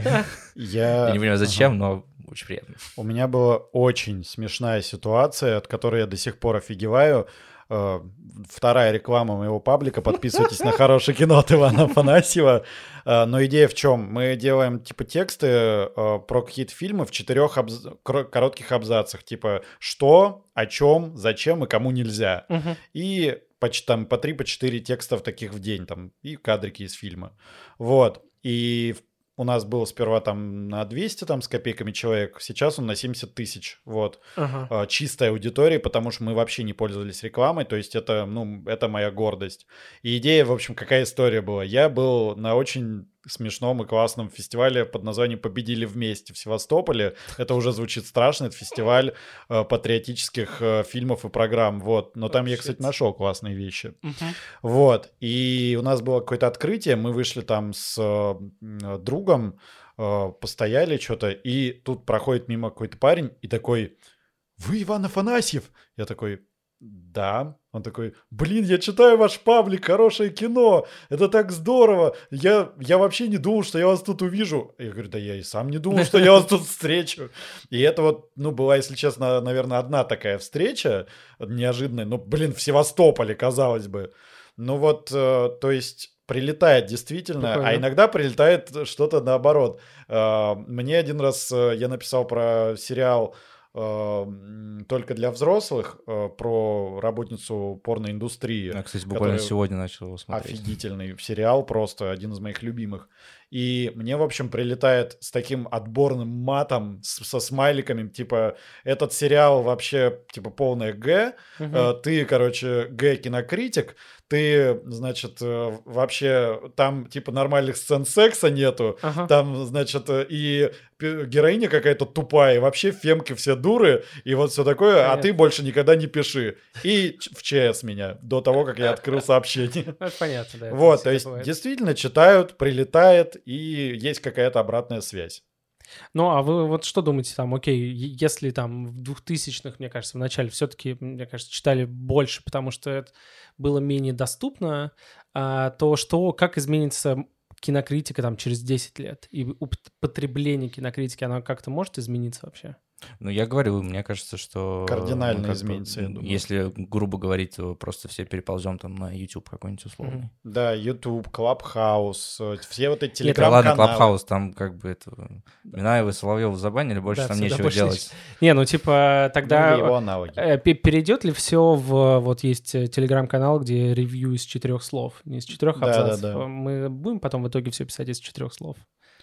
S2: Я не понимаю, зачем, но очень приятно.
S3: У меня была очень смешная ситуация, от которой я до сих пор офигеваю. Вторая реклама моего паблика. Подписывайтесь на «Хорошее кино» от Ивана Афанасьева. Но идея в чем? Мы делаем типа тексты про какие-то фильмы в 4 коротких абзацах. Типа что, о чем, зачем и кому нельзя. И там по 3-4 текстов таких в день. Там, и кадрики из фильма. Вот. И у нас был сперва там на 200 там, с копейками человек, сейчас он на 70 тысяч, вот. Чистая аудитория, потому что мы вообще не пользовались рекламой, то есть это, это моя гордость. И идея, в общем, какая история была? Я был на очень смешном и классном фестивале под названием «Победили вместе» в Севастополе. Это уже звучит страшно, это фестиваль патриотических фильмов и программ, вот. Но там я, кстати, нашел классные вещи. Вот. И у нас было какое-то открытие, мы вышли там с другом, постояли что-то, и тут проходит мимо какой-то парень и такой: «Вы Иван Афанасьев?» Я такой: «Да». Он такой: «Блин, я читаю ваш паблик, хорошее кино, это так здорово, я вообще не думал, что я вас тут увижу». Я говорю: «Да я и сам не думал, что я вас тут встречу». И это вот, была, если честно, наверное, одна такая встреча неожиданная, в Севастополе, казалось бы. То есть прилетает действительно, прикольно. А иногда прилетает что-то наоборот. Мне один раз я написал про сериал только для взрослых, про работницу порноиндустрии.
S2: Я, кстати, буквально сегодня начал его смотреть.
S3: Офигительный сериал, просто один из моих любимых. И мне, в общем, прилетает с таким отборным матом, со смайликами, типа: «Этот сериал вообще, типа, полное Г, ты, короче, Г-кинокритик, ты, значит, вообще там, типа, нормальных сцен секса нету, там, значит, и героиня какая-то тупая, и вообще фемки все дуры, и вот все такое, понятно. А ты больше никогда не пиши». И в ЧС меня, до того, как я открыл сообщение.
S1: Понятно, да.
S3: Вот, то есть действительно читают, прилетает, и есть какая-то обратная связь.
S1: Ну, а вы вот что думаете там, окей, если там в 2000-х, мне кажется, в начале все-таки, мне кажется, читали больше, потому что это было менее доступно, то как изменится кинокритика там через 10 лет? И потребление кинокритики, оно как-то может измениться вообще?
S2: Ну, я говорю, мне кажется, что...
S3: Кардинально изменится, я думаю.
S2: Если, грубо говорить, то просто все переползем там на YouTube какой-нибудь условный.
S3: Да, YouTube, Clubhouse, все вот эти телеграм-каналы.
S2: Ладно, Clubhouse, там как бы это... Минаева и Соловьева забанили, больше там нечего делать.
S1: Не, тогда...
S3: его аналоги.
S1: Перейдет ли все в... Вот есть телеграм-канал, где ревью из 4 слов, не из 4 абзацев. Да. Мы будем потом в итоге все писать из 4 слов?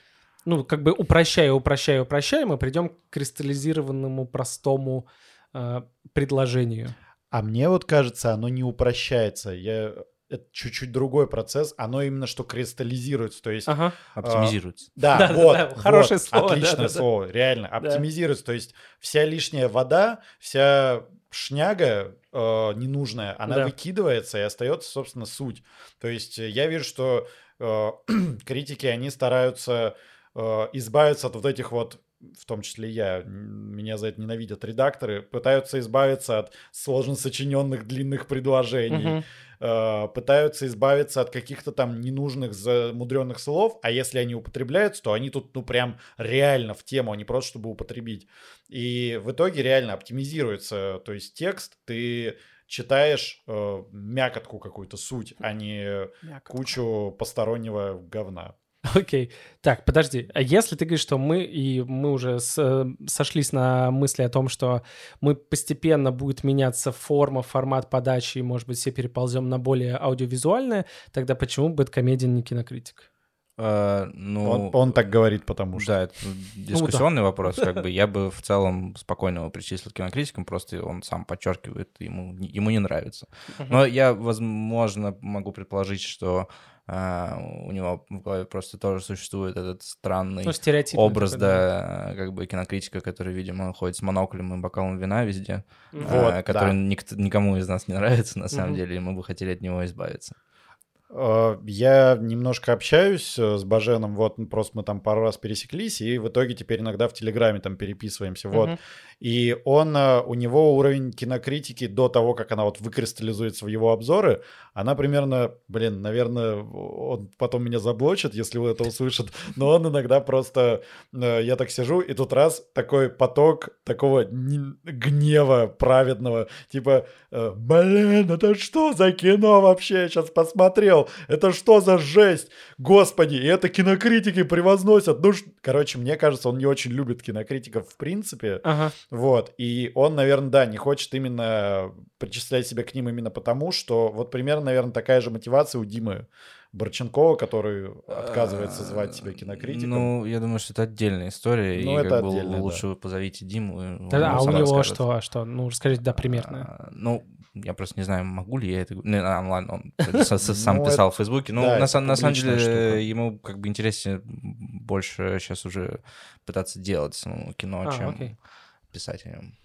S1: Как бы упрощая, мы придем к кристаллизированному простому предложению.
S3: А мне вот кажется, оно не упрощается. Это чуть-чуть другой процесс. Оно именно что кристаллизируется, то есть...
S2: Оптимизируется.
S3: Да, вот.
S1: Хорошее слово.
S3: Отличное слово, реально. Оптимизируется, то есть вся лишняя вода, вся шняга ненужная, она выкидывается, и остается, собственно, суть. То есть я вижу, что критики, они стараются... избавиться от вот этих вот, в том числе меня за это ненавидят редакторы, пытаются избавиться от сложно сочиненных длинных предложений, пытаются избавиться от каких-то там ненужных замудренных слов, а если они употребляются, то они тут, прям реально в тему, а не просто чтобы употребить. И в итоге реально оптимизируется, то есть текст, ты читаешь мякотку какую-то, суть, а не кучу постороннего говна.
S1: Окей. Так, подожди. А если ты говоришь, что мы уже сошлись на мысли о том, что мы постепенно будет меняться формат подачи, и, может быть, все переползем на более аудиовизуальное, тогда почему Бэдкомедиан не кинокритик?
S3: Он так говорит, потому что...
S2: Да, это дискуссионный вопрос. Как бы я бы в целом спокойно его причислил к кинокритикам, просто он сам подчеркивает, ему не нравится. Но я, возможно, могу предположить, что у него в голове просто тоже существует этот странный образ, такой, как бы кинокритика, который, видимо, ходит с моноклем и бокалом вина везде, который никому из нас не нравится, на самом деле, и мы бы хотели от него избавиться.
S3: Я немножко общаюсь с Баженом, вот просто мы там пару раз пересеклись, и в итоге теперь иногда в Телеграме там переписываемся, вот. И у него уровень кинокритики до того, как она вот выкристаллизуется в его обзоры, она примерно, наверное, он потом меня заблочит, если он это услышит, но он иногда просто, я так сижу, и тут раз такой поток такого гнева праведного, типа, это что за кино вообще, я сейчас посмотрел, это что за жесть, господи, и это кинокритики превозносят, короче, мне кажется, он не очень любит кинокритиков в принципе, вот, и он, наверное, не хочет именно причислять себя к ним именно потому, что вот примерно, наверное, такая же мотивация у Димы Борченкова, который отказывается звать себя кинокритиком.
S2: Ну, я думаю, что это отдельная история.
S3: Ну,
S2: и
S3: это
S2: как бы
S3: отдельная,
S2: лучше вы позовите Диму.
S1: Да, а у
S2: сам
S1: него
S2: расскажет.
S1: что? Ну, расскажите, да, примерно.
S2: Ну, я просто не знаю, могу ли я это... Ладно, он сам
S3: Ну,
S2: писал
S3: это-
S2: в Фейсбуке. Ну,
S3: да,
S2: на
S3: это
S2: самом
S3: публичная штука.
S2: деле, ему как бы интереснее больше сейчас уже пытаться делать самому кино, чем
S1: окей.
S2: писать о нем.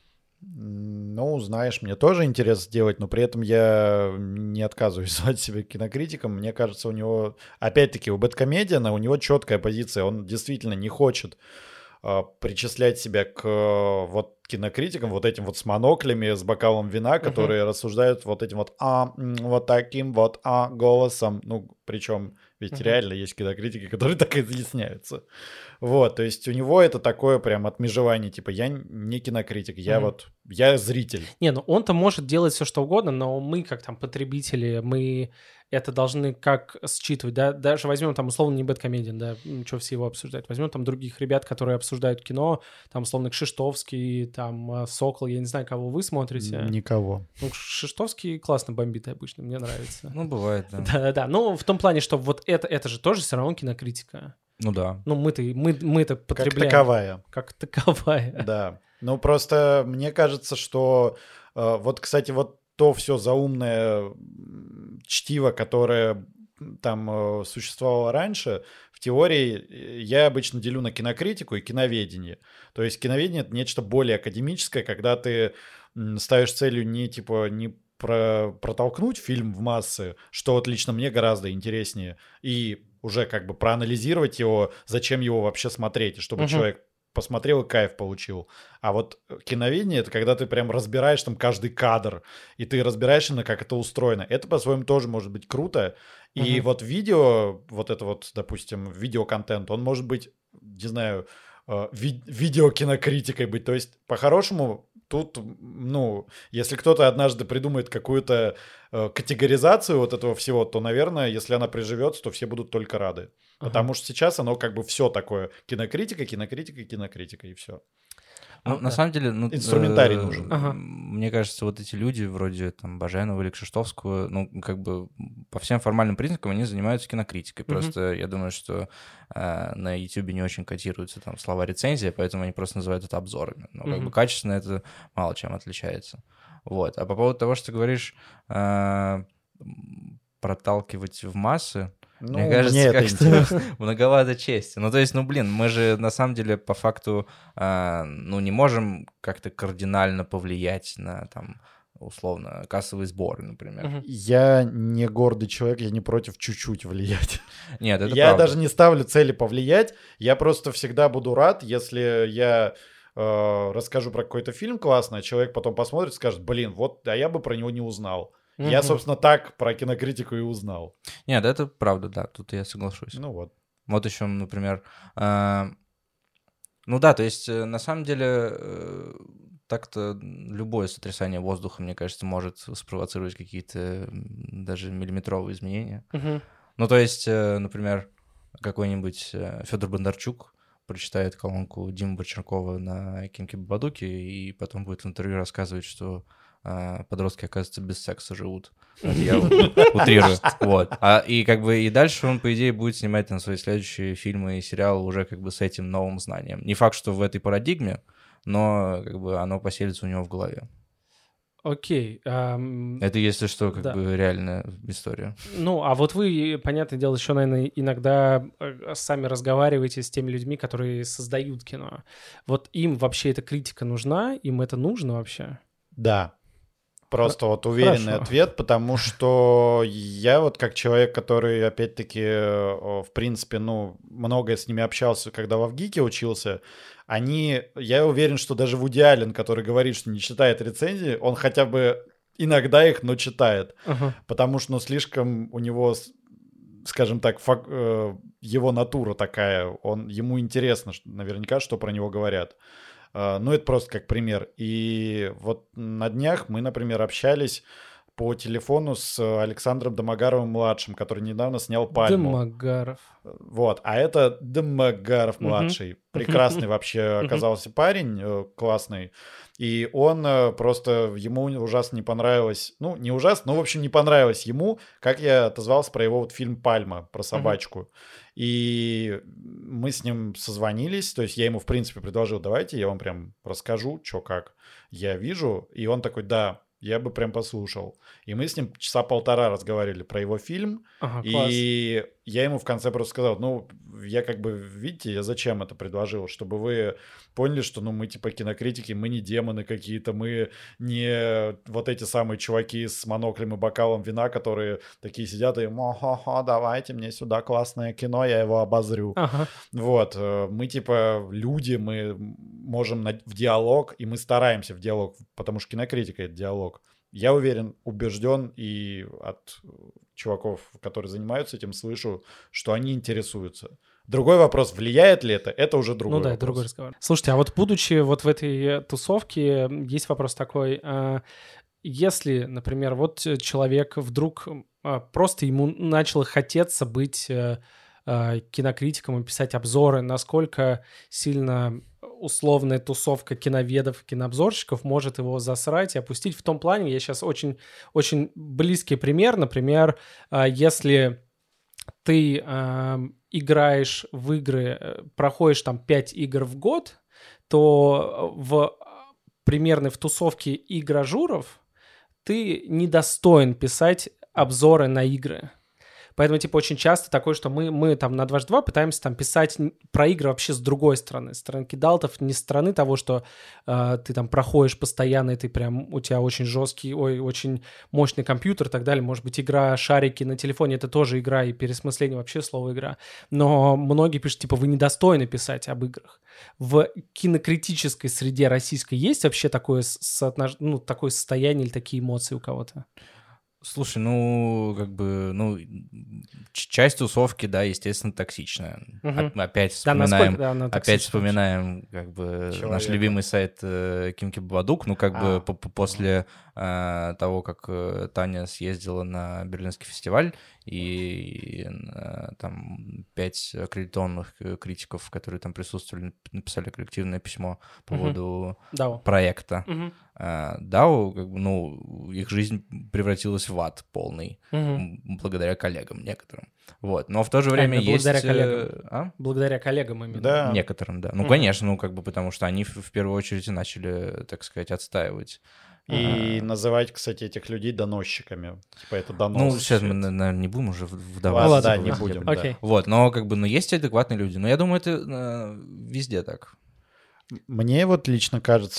S3: Ну, знаешь, мне тоже интересно делать, но при этом я не отказываюсь звать себя кинокритиком. Мне кажется, у него, опять-таки, у Бэдкомедиана у него четкая позиция. Он действительно не хочет причислять себя к вот кинокритикам, вот этим вот с моноклями, с бокалом вина, которые рассуждают вот этим вот вот таким вот голосом. Ну, причем ведь реально есть кинокритики, которые так и изъясняются. Вот, то есть у него это такое прям отмежевание, типа я не кинокритик, я зритель.
S1: Не, ну он-то может делать все, что угодно, но мы, как там потребители, мы это должны как считывать, да, даже возьмем там условно не Бэдкомедиан, да, что все его обсуждают, возьмем там других ребят, которые обсуждают кино, там условно Кшиштовский, там Сокол, я не знаю, кого вы смотрите.
S3: Никого.
S1: Ну, Кшиштовский классно бомбит обычно, мне нравится.
S2: Ну, бывает, да.
S1: Да-да-да, ну в том плане, что вот это же тоже все равно кинокритика.
S2: Ну да.
S1: Ну мы-то потребляем.
S3: Как таковая.
S1: Как таковая.
S3: Да. Ну, просто мне кажется, что вот, кстати, вот то все заумное чтиво, которое там существовало раньше, в теории я обычно делю на кинокритику и киноведение. То есть киноведение — это нечто более академическое, когда ты ставишь целью не типа не протолкнуть фильм в массы, что вот лично мне гораздо интереснее, и уже как бы проанализировать его, зачем его вообще смотреть, и чтобы человек посмотрел и кайф получил. А вот киноведение — это когда ты прям разбираешь там каждый кадр, и ты разбираешь именно, как это устроено. Это по-своему тоже может быть круто. И вот видео, вот это вот, допустим, видеоконтент, он может быть, не знаю, видеокинокритикой быть. То есть, по-хорошему, тут, ну, если кто-то однажды придумает какую-то категоризацию вот этого всего, то, наверное, если она приживется, то все будут только рады. Потому что сейчас оно как бы все такое. Кинокритика, кинокритика, кинокритика, и все.
S2: Ну, на самом деле, ну,
S3: инструментарий нужен.
S2: Мне кажется, вот эти люди вроде там Баженова или Кшиштовского, ну, как бы по всем формальным признакам они занимаются кинокритикой. Просто я думаю, что на YouTube не очень котируются там слова рецензия, поэтому они просто называют это обзорами. Но как бы качественно это мало чем отличается. Вот. А по поводу того, что ты говоришь, проталкивать в массы,
S3: Ну,
S2: мне кажется,
S3: мне это
S2: как-то многовато чести. Ну, то есть, ну, блин, мы же на самом деле по факту, ну, не можем как-то кардинально повлиять на, там, условно, кассовые сборы, например.
S3: Я не гордый человек, я не против чуть-чуть влиять.
S2: Нет, это
S3: Я
S2: правда.
S3: даже не ставлю цели повлиять, я просто всегда буду рад, если я расскажу про какой-то фильм классный, а человек потом посмотрит и скажет, блин, вот, а я бы про него не узнал. Я, собственно, так про кинокритику и узнал.
S2: Нет, это правда, да, тут я соглашусь.
S3: Ну вот.
S2: Вот еще, например, ну да, то есть на самом деле так-то любое сотрясание воздуха, мне кажется, может спровоцировать какие-то даже миллиметровые изменения. Ну то есть, например, какой-нибудь Федор Бондарчук прочитает колонку Димы Борченкова на Кимке Бабадуке и потом будет в интервью рассказывать, что подростки, оказывается, без секса живут. Я утрирую. Вот. И как бы и дальше он, по идее, будет снимать там свои следующие фильмы и сериалы уже как бы с этим новым знанием. Не факт, что в этой парадигме, но как бы оно поселится у него в голове.
S1: Окей.
S2: Это, если что, как бы реальная история.
S1: Ну, а вот вы, понятное дело, еще, наверное, иногда сами разговариваете с теми людьми, которые создают кино. Вот им вообще эта критика нужна? Им это нужно вообще?
S3: Да. Просто вот уверенный ответ, потому что я вот как человек, который, опять-таки, в принципе, ну, многое с ними общался, когда в ВГИКе учился, я уверен, что даже Вуди Аллен, который говорит, что не читает рецензии, он хотя бы иногда их, но читает. Потому что, ну, слишком у него, скажем так, его натура такая, ему интересно наверняка, что про него говорят. Ну, это просто как пример. И вот на днях мы, например, общались по телефону с Александром Домогаровым-младшим, который недавно снял «Пальму».
S1: Домогаров.
S3: Вот, а это Домогаров-младший. Прекрасный вообще оказался парень, классный. И он просто, ему ужасно не понравилось, ну, не ужасно, но, в общем, не понравилось ему, как я отозвался про его вот фильм «Пальма», про собачку. И мы с ним созвонились, то есть я ему, в принципе, предложил, давайте я вам прям расскажу, что как я вижу. И он такой, да, я бы прям послушал. И мы с ним часа полтора разговаривали про его фильм. И я ему в конце просто сказал, ну, я как бы, видите, я зачем это предложил? Чтобы вы поняли, что, ну, мы типа кинокритики, мы не демоны какие-то, мы не вот эти самые чуваки с моноклем и бокалом вина, которые такие сидят и, ха-ха, давайте мне сюда классное кино, я его обозрю. Вот, мы типа люди, мы можем в диалог, и мы стараемся в диалог, потому что кинокритика — это диалог. Я уверен, убежден, и от чуваков, которые занимаются этим, слышу, что они интересуются. Другой вопрос, влияет ли это? Это уже другой вопрос.
S1: Другой разговор. Слушайте, а вот будучи вот в этой тусовке, есть вопрос такой. Если, например, вот человек вдруг просто ему начало хотеться быть кинокритиком и писать обзоры, насколько сильно условная тусовка киноведов, кинообзорщиков может его засрать и опустить в том плане. Я сейчас очень, очень близкий пример. Например, если ты играешь в игры, проходишь там 5 игр в год, то примерно в тусовке игражуров ты недостоин писать обзоры на игры. Поэтому, типа, очень часто такое, что мы там на 2H2 пытаемся там писать про игры вообще с другой стороны. Стороны кидалтов, не с стороны того, что ты там проходишь постоянно, и ты прям, у тебя очень жесткий, очень мощный компьютер и так далее. Может быть, игра шарики на телефоне — это тоже игра, и пересмысление вообще слова игра. Но многие пишут, типа, вы недостойны писать об играх. В кинокритической среде российской есть вообще такое, такое состояние или такие эмоции у кого-то?
S2: Слушай, ну, как бы, ну, часть тусовки, да, естественно, токсичная. Опять вспоминаем, как бы, наш любимый сайт Кимки Бабадук, ну, как бы, после того, как Таня съездила на Берлинский фестиваль, и там 5 аккредитованных критиков, которые там присутствовали, написали коллективное письмо по поводу проекта. DAO, как бы, ну, их жизнь превратилась в ад полный, благодаря коллегам некоторым. Вот. Но в то же время есть...
S1: Благодаря коллегам именно.
S3: Да.
S2: Некоторым, да. Ну, конечно, ну, как бы, потому что они в первую очередь и начали, так сказать, отстаивать.
S3: И называть, кстати, этих людей доносчиками. Типа это донос.
S2: Ну, сейчас мы, наверное, не будем уже вдаваться.
S3: Ладно, да, не будем.
S1: Okay.
S2: Вот, но как бы, ну, есть адекватные люди. Но я думаю, это везде так.
S3: Мне вот лично кажется,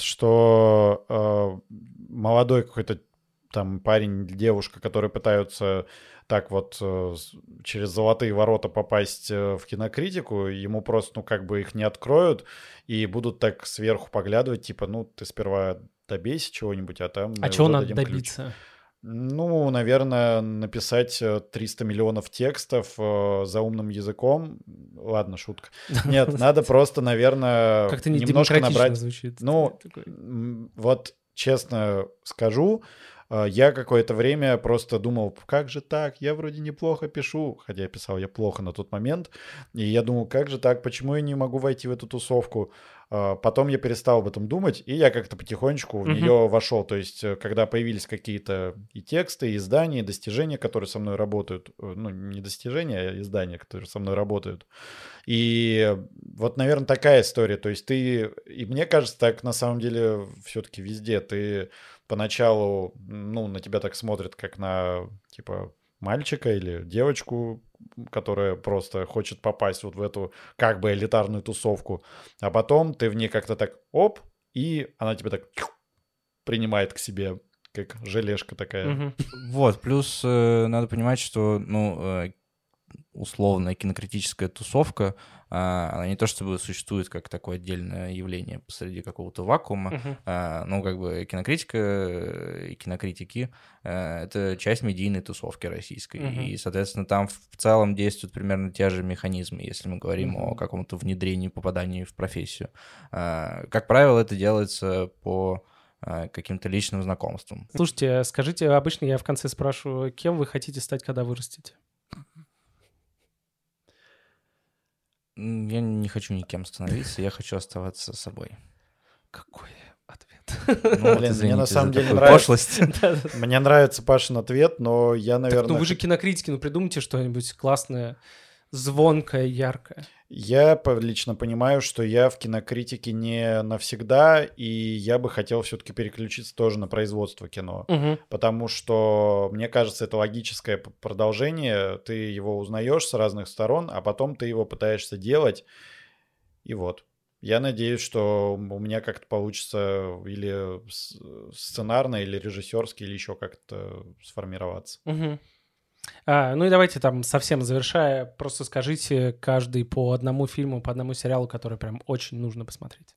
S3: что молодой какой-то там парень или девушка, которые пытаются так вот через золотые ворота попасть в кинокритику, ему просто, ну, как бы их не откроют и будут так сверху поглядывать, типа, ну, ты сперва добейся чего-нибудь, а там...
S1: А чего надо добиться?
S3: Ключ. Ну, наверное, написать 300 миллионов текстов заумным языком. Ладно, шутка. Нет, надо просто, наверное,
S1: как-то не
S3: немножко набрать...
S1: Звучит.
S3: Ну, вот честно скажу, я какое-то время просто думал, как же так, я вроде неплохо пишу, хотя я писал я плохо на тот момент, и я думал, как же так, почему я не могу войти в эту тусовку? Потом я перестал об этом думать, и я как-то потихонечку в нее вошел. То есть, когда появились какие-то и тексты, и издания, и достижения, которые со мной работают, ну, не достижения, а издания, которые со мной работают. И вот, наверное, такая история. То есть и мне кажется, так на самом деле все-таки везде. Ты поначалу, ну, на тебя так смотрят, как на, типа, мальчика или девочку, которая просто хочет попасть вот в эту как бы элитарную тусовку, а потом ты в ней как-то так оп, и она тебя так принимает к себе, как желешка такая.
S2: Вот, плюс надо понимать, что, ну, условная кинокритическая тусовка, она не то чтобы существует как такое отдельное явление посреди какого-то вакуума, ну, как бы кинокритика и кинокритики — это часть медийной тусовки российской, и, соответственно, там в целом действуют примерно те же механизмы, если мы говорим о каком-то внедрении, попадании в профессию. Как правило, это делается по каким-то личным знакомством.
S1: Слушайте, скажите, обычно я в конце спрашиваю, кем вы хотите стать, когда вырастете?
S2: Я не хочу никем становиться, я хочу оставаться собой.
S1: Какой ответ?
S2: Ну,
S3: Блин,
S2: извините
S3: мне на
S2: за
S3: самом деле
S2: такую
S3: нравится.
S2: пошлость.
S3: Мне нравится Пашин ответ, но я,
S1: Так,
S3: наверное...
S1: ну вы же кинокритики, ну придумайте что-нибудь классное, звонкое, яркое.
S3: Я лично понимаю, что я в кинокритике не навсегда, и я бы хотел все-таки переключиться тоже на производство кино.
S1: Мгм.
S3: Потому что, мне кажется, это логическое продолжение. Ты его узнаешь с разных сторон, а потом ты его пытаешься делать. И вот. Я надеюсь, что у меня как-то получится или сценарно, или режиссерски, или еще как-то сформироваться.
S1: Мгм. Ну и давайте там совсем завершая, просто скажите каждый по одному фильму, по одному сериалу, который прям очень нужно посмотреть.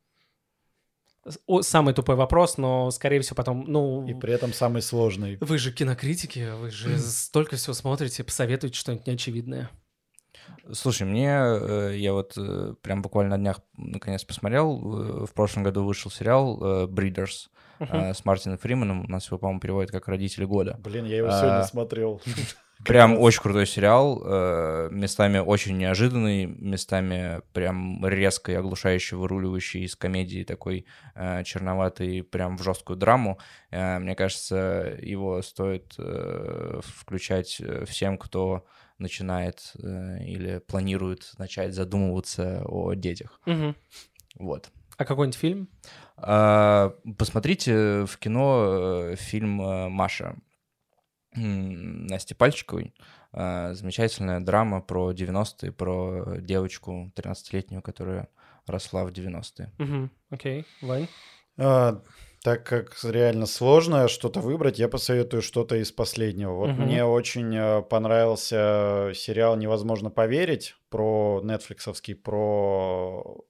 S1: Самый тупой вопрос, но, скорее всего, потом,
S3: И при этом самый сложный.
S1: вы же кинокритики, вы же столько всего смотрите, посоветуйте что-нибудь неочевидное.
S2: Слушай, я вот прям буквально на днях наконец посмотрел, в прошлом году вышел сериал «Breeders» с Мартином Фрименом, у нас его, по-моему, переводят как «Родители года».
S3: Блин, я его сегодня смотрел.
S2: Прям очень крутой сериал, местами очень неожиданный, местами прям резко и оглушающе выруливающий из комедии такой черноватый, прям в жесткую драму. Мне кажется, его стоит включать всем, кто начинает или планирует начать задумываться о детях.
S1: Мгм.
S2: Вот.
S1: А какой-нибудь фильм?
S2: Посмотрите в кино фильм «Маша» Насти Пальчиковой. Замечательная драма про 90-е, про девочку 13-летнюю, которая росла в 90-е.
S1: Мгм. Окей, Вань?
S3: Так как реально сложно что-то выбрать, я посоветую что-то из последнего. Вот мне очень понравился сериал «Невозможно поверить» про нетфликсовский, про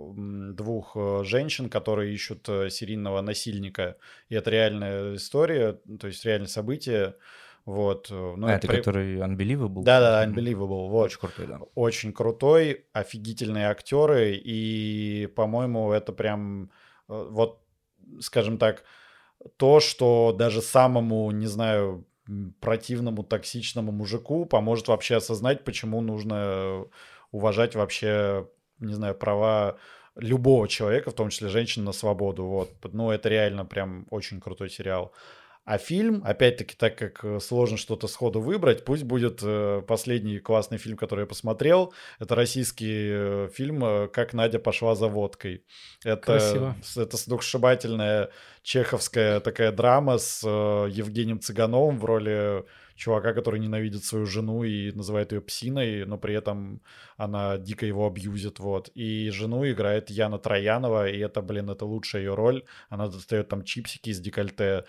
S3: двух женщин, которые ищут серийного насильника. И это реальная история, то есть реальное событие. Вот. Ну,
S2: это который Unbelievable?
S3: Да, Unbelievable. Вот.
S2: Очень крутой, да.
S3: Очень крутой, офигительные актеры, и, по-моему, это прям вот, скажем так, то, что даже самому, не знаю, противному, токсичному мужику поможет вообще осознать, почему нужно уважать вообще, не знаю, права любого человека, в том числе женщин, на свободу. Вот. Ну, это реально прям очень крутой сериал. А фильм, опять-таки, так как сложно что-то сходу выбрать, пусть будет последний классный фильм, который я посмотрел. Это российский фильм «Как Надя пошла за водкой».
S1: Красиво.
S3: Это сногсшибательная чеховская такая драма с Евгением Цыгановым в роли чувака, который ненавидит свою жену и называет ее псиной, но при этом она дико его абьюзит, вот. И жену играет Яна Троянова, и это, блин, это лучшая ее роль. Она достает там чипсики из декольте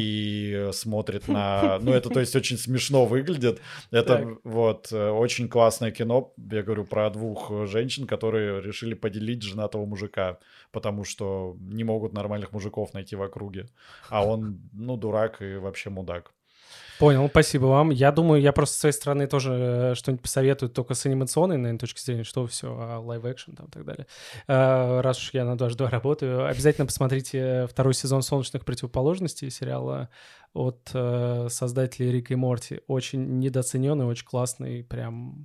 S3: и смотрит на... Ну, это, то есть, очень смешно выглядит. Это, вот, очень классное кино, я говорю, про двух женщин, которые решили поделить женатого мужика, потому что не могут нормальных мужиков найти в округе. А он, ну, дурак и вообще мудак.
S1: Понял, спасибо вам. Я думаю, я просто с своей стороны тоже что-нибудь посоветую только с анимационной, наверное, точки зрения, что все, лайв-экшн там и так далее. Раз уж я на 2H2 работаю, обязательно посмотрите второй сезон «Солнечных противоположностей», сериала от создателей Рика и Морти. Очень недооцененный, очень классный, прям...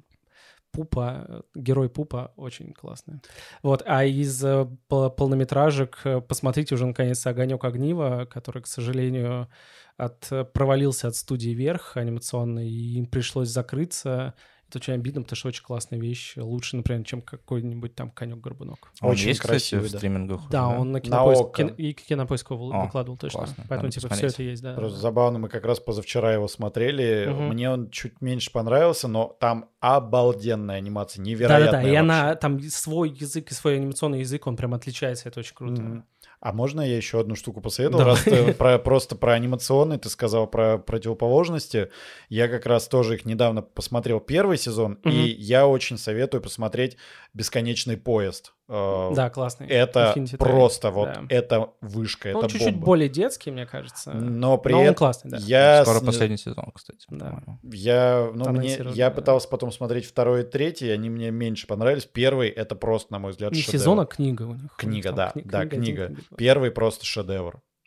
S1: Пупа, герой Пупа, очень классный. Вот, а из полнометражек посмотрите уже наконец «Огонек огнива», который, к сожалению, провалился от студии «Вверх» анимационной, и им пришлось закрыться. Это очень обидно, потому что очень классная вещь. Лучше, например, чем какой-нибудь там «Конек-горбунок».
S2: Очень
S3: есть,
S2: красивый,
S3: кстати,
S2: в стримингах.
S1: Да,
S2: уже,
S1: он на
S3: На
S1: Кинопоиск,
S3: Око.
S1: и Кинопоиск выкладывал точно.
S2: Классно,
S1: Поэтому,
S2: надо
S1: типа, все
S2: посмотреть.
S1: это есть, да.
S3: Просто забавно, мы как раз позавчера его смотрели. Мне он чуть меньше понравился, но там обалденная анимация, невероятная.
S1: Да-да-да, и
S3: вообще.
S1: она, там свой язык и свой анимационный язык, он прям отличается, это очень круто.
S3: А можно я еще одну штуку посоветовал?
S1: Давай.
S3: Раз ты просто про анимационный, ты сказал про противоположности. Я как раз тоже их недавно посмотрел первый сезон, и я очень советую посмотреть «Бесконечный поезд».
S1: Да, классный.
S3: Это
S1: Infinity
S3: просто
S1: Train,
S3: вот,
S1: да.
S3: это вышка,
S1: Он
S3: это
S1: чуть-чуть
S3: бомба.
S1: более детский, мне кажется.
S3: Но при
S1: Но он
S3: этом
S1: классный, да.
S3: я
S2: Скоро
S3: с-
S2: последний сезон, кстати.
S1: Да.
S2: по-моему.
S1: Анонсировали,
S3: я
S1: да.
S3: пытался потом смотреть второй и третий, они мне меньше понравились. Первый — это просто, на мой взгляд,
S1: Не
S3: шедевр.
S1: сезон, а книга у них.
S3: Книга,
S1: Там
S3: да,
S1: книга
S3: да,
S1: один,
S3: книга.
S1: два.
S3: Первый просто шедевр.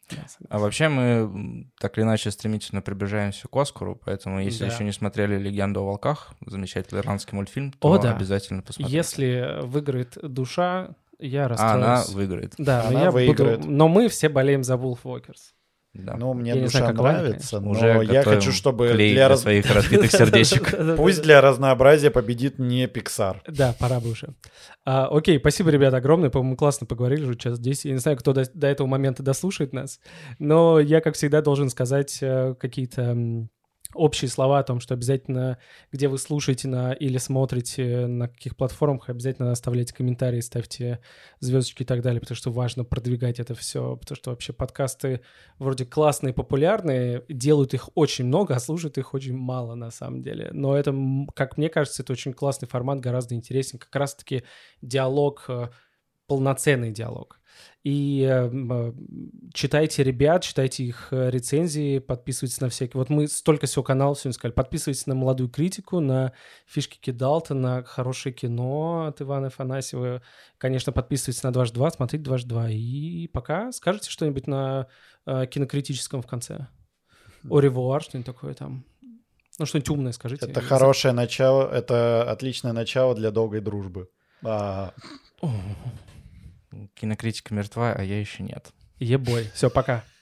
S2: А вообще мы так или иначе стремительно приближаемся к Оскару, поэтому если еще не смотрели «Легенду о волках», замечательный ирландский мультфильм, то обязательно посмотрите.
S1: Если выиграет «Душа», я расстроюсь.
S2: Она выиграет.
S1: Да,
S3: она выиграет.
S1: Но мы все болеем за Wolf Walkers.
S2: Да.
S3: Ну, мне «Душа» нравится, но
S2: уже
S3: я хочу, чтобы
S2: для своих разбитых сердечек.
S3: Пусть для разнообразия победит не Pixar.
S1: Да, пора бы уже. Окей, спасибо, ребята, огромное. По-моему, классно поговорили уже час 10. Я не знаю, кто до этого момента дослушает нас, но я, как всегда, должен сказать какие-то общие слова о том, что обязательно, где вы слушаете или смотрите, на каких платформах, обязательно оставляйте комментарии, ставьте звездочки и так далее, потому что важно продвигать это все, потому что вообще подкасты вроде классные, популярные, делают их очень много, а слушают их очень мало на самом деле. Но это, как мне кажется, это очень классный формат, гораздо интереснее, как раз-таки диалог, полноценный диалог. И читайте ребят, читайте их рецензии, подписывайтесь на всякие... Вот мы столько всего каналов сегодня сказали. Подписывайтесь на «Молодую критику», на «Фишки Кидалта», на «Хорошее кино» от Ивана Афанасьева. Конечно, подписывайтесь на «Дважды два», смотрите «Дважды два». И пока скажете что-нибудь на кинокритическом в конце. Au revoir, что-нибудь такое там. Ну, что-нибудь умное скажите.
S3: Это хорошее начало, это отличное начало для долгой дружбы.
S2: Кинокритика мертва, а я еще нет.
S1: Ебой. Все, пока.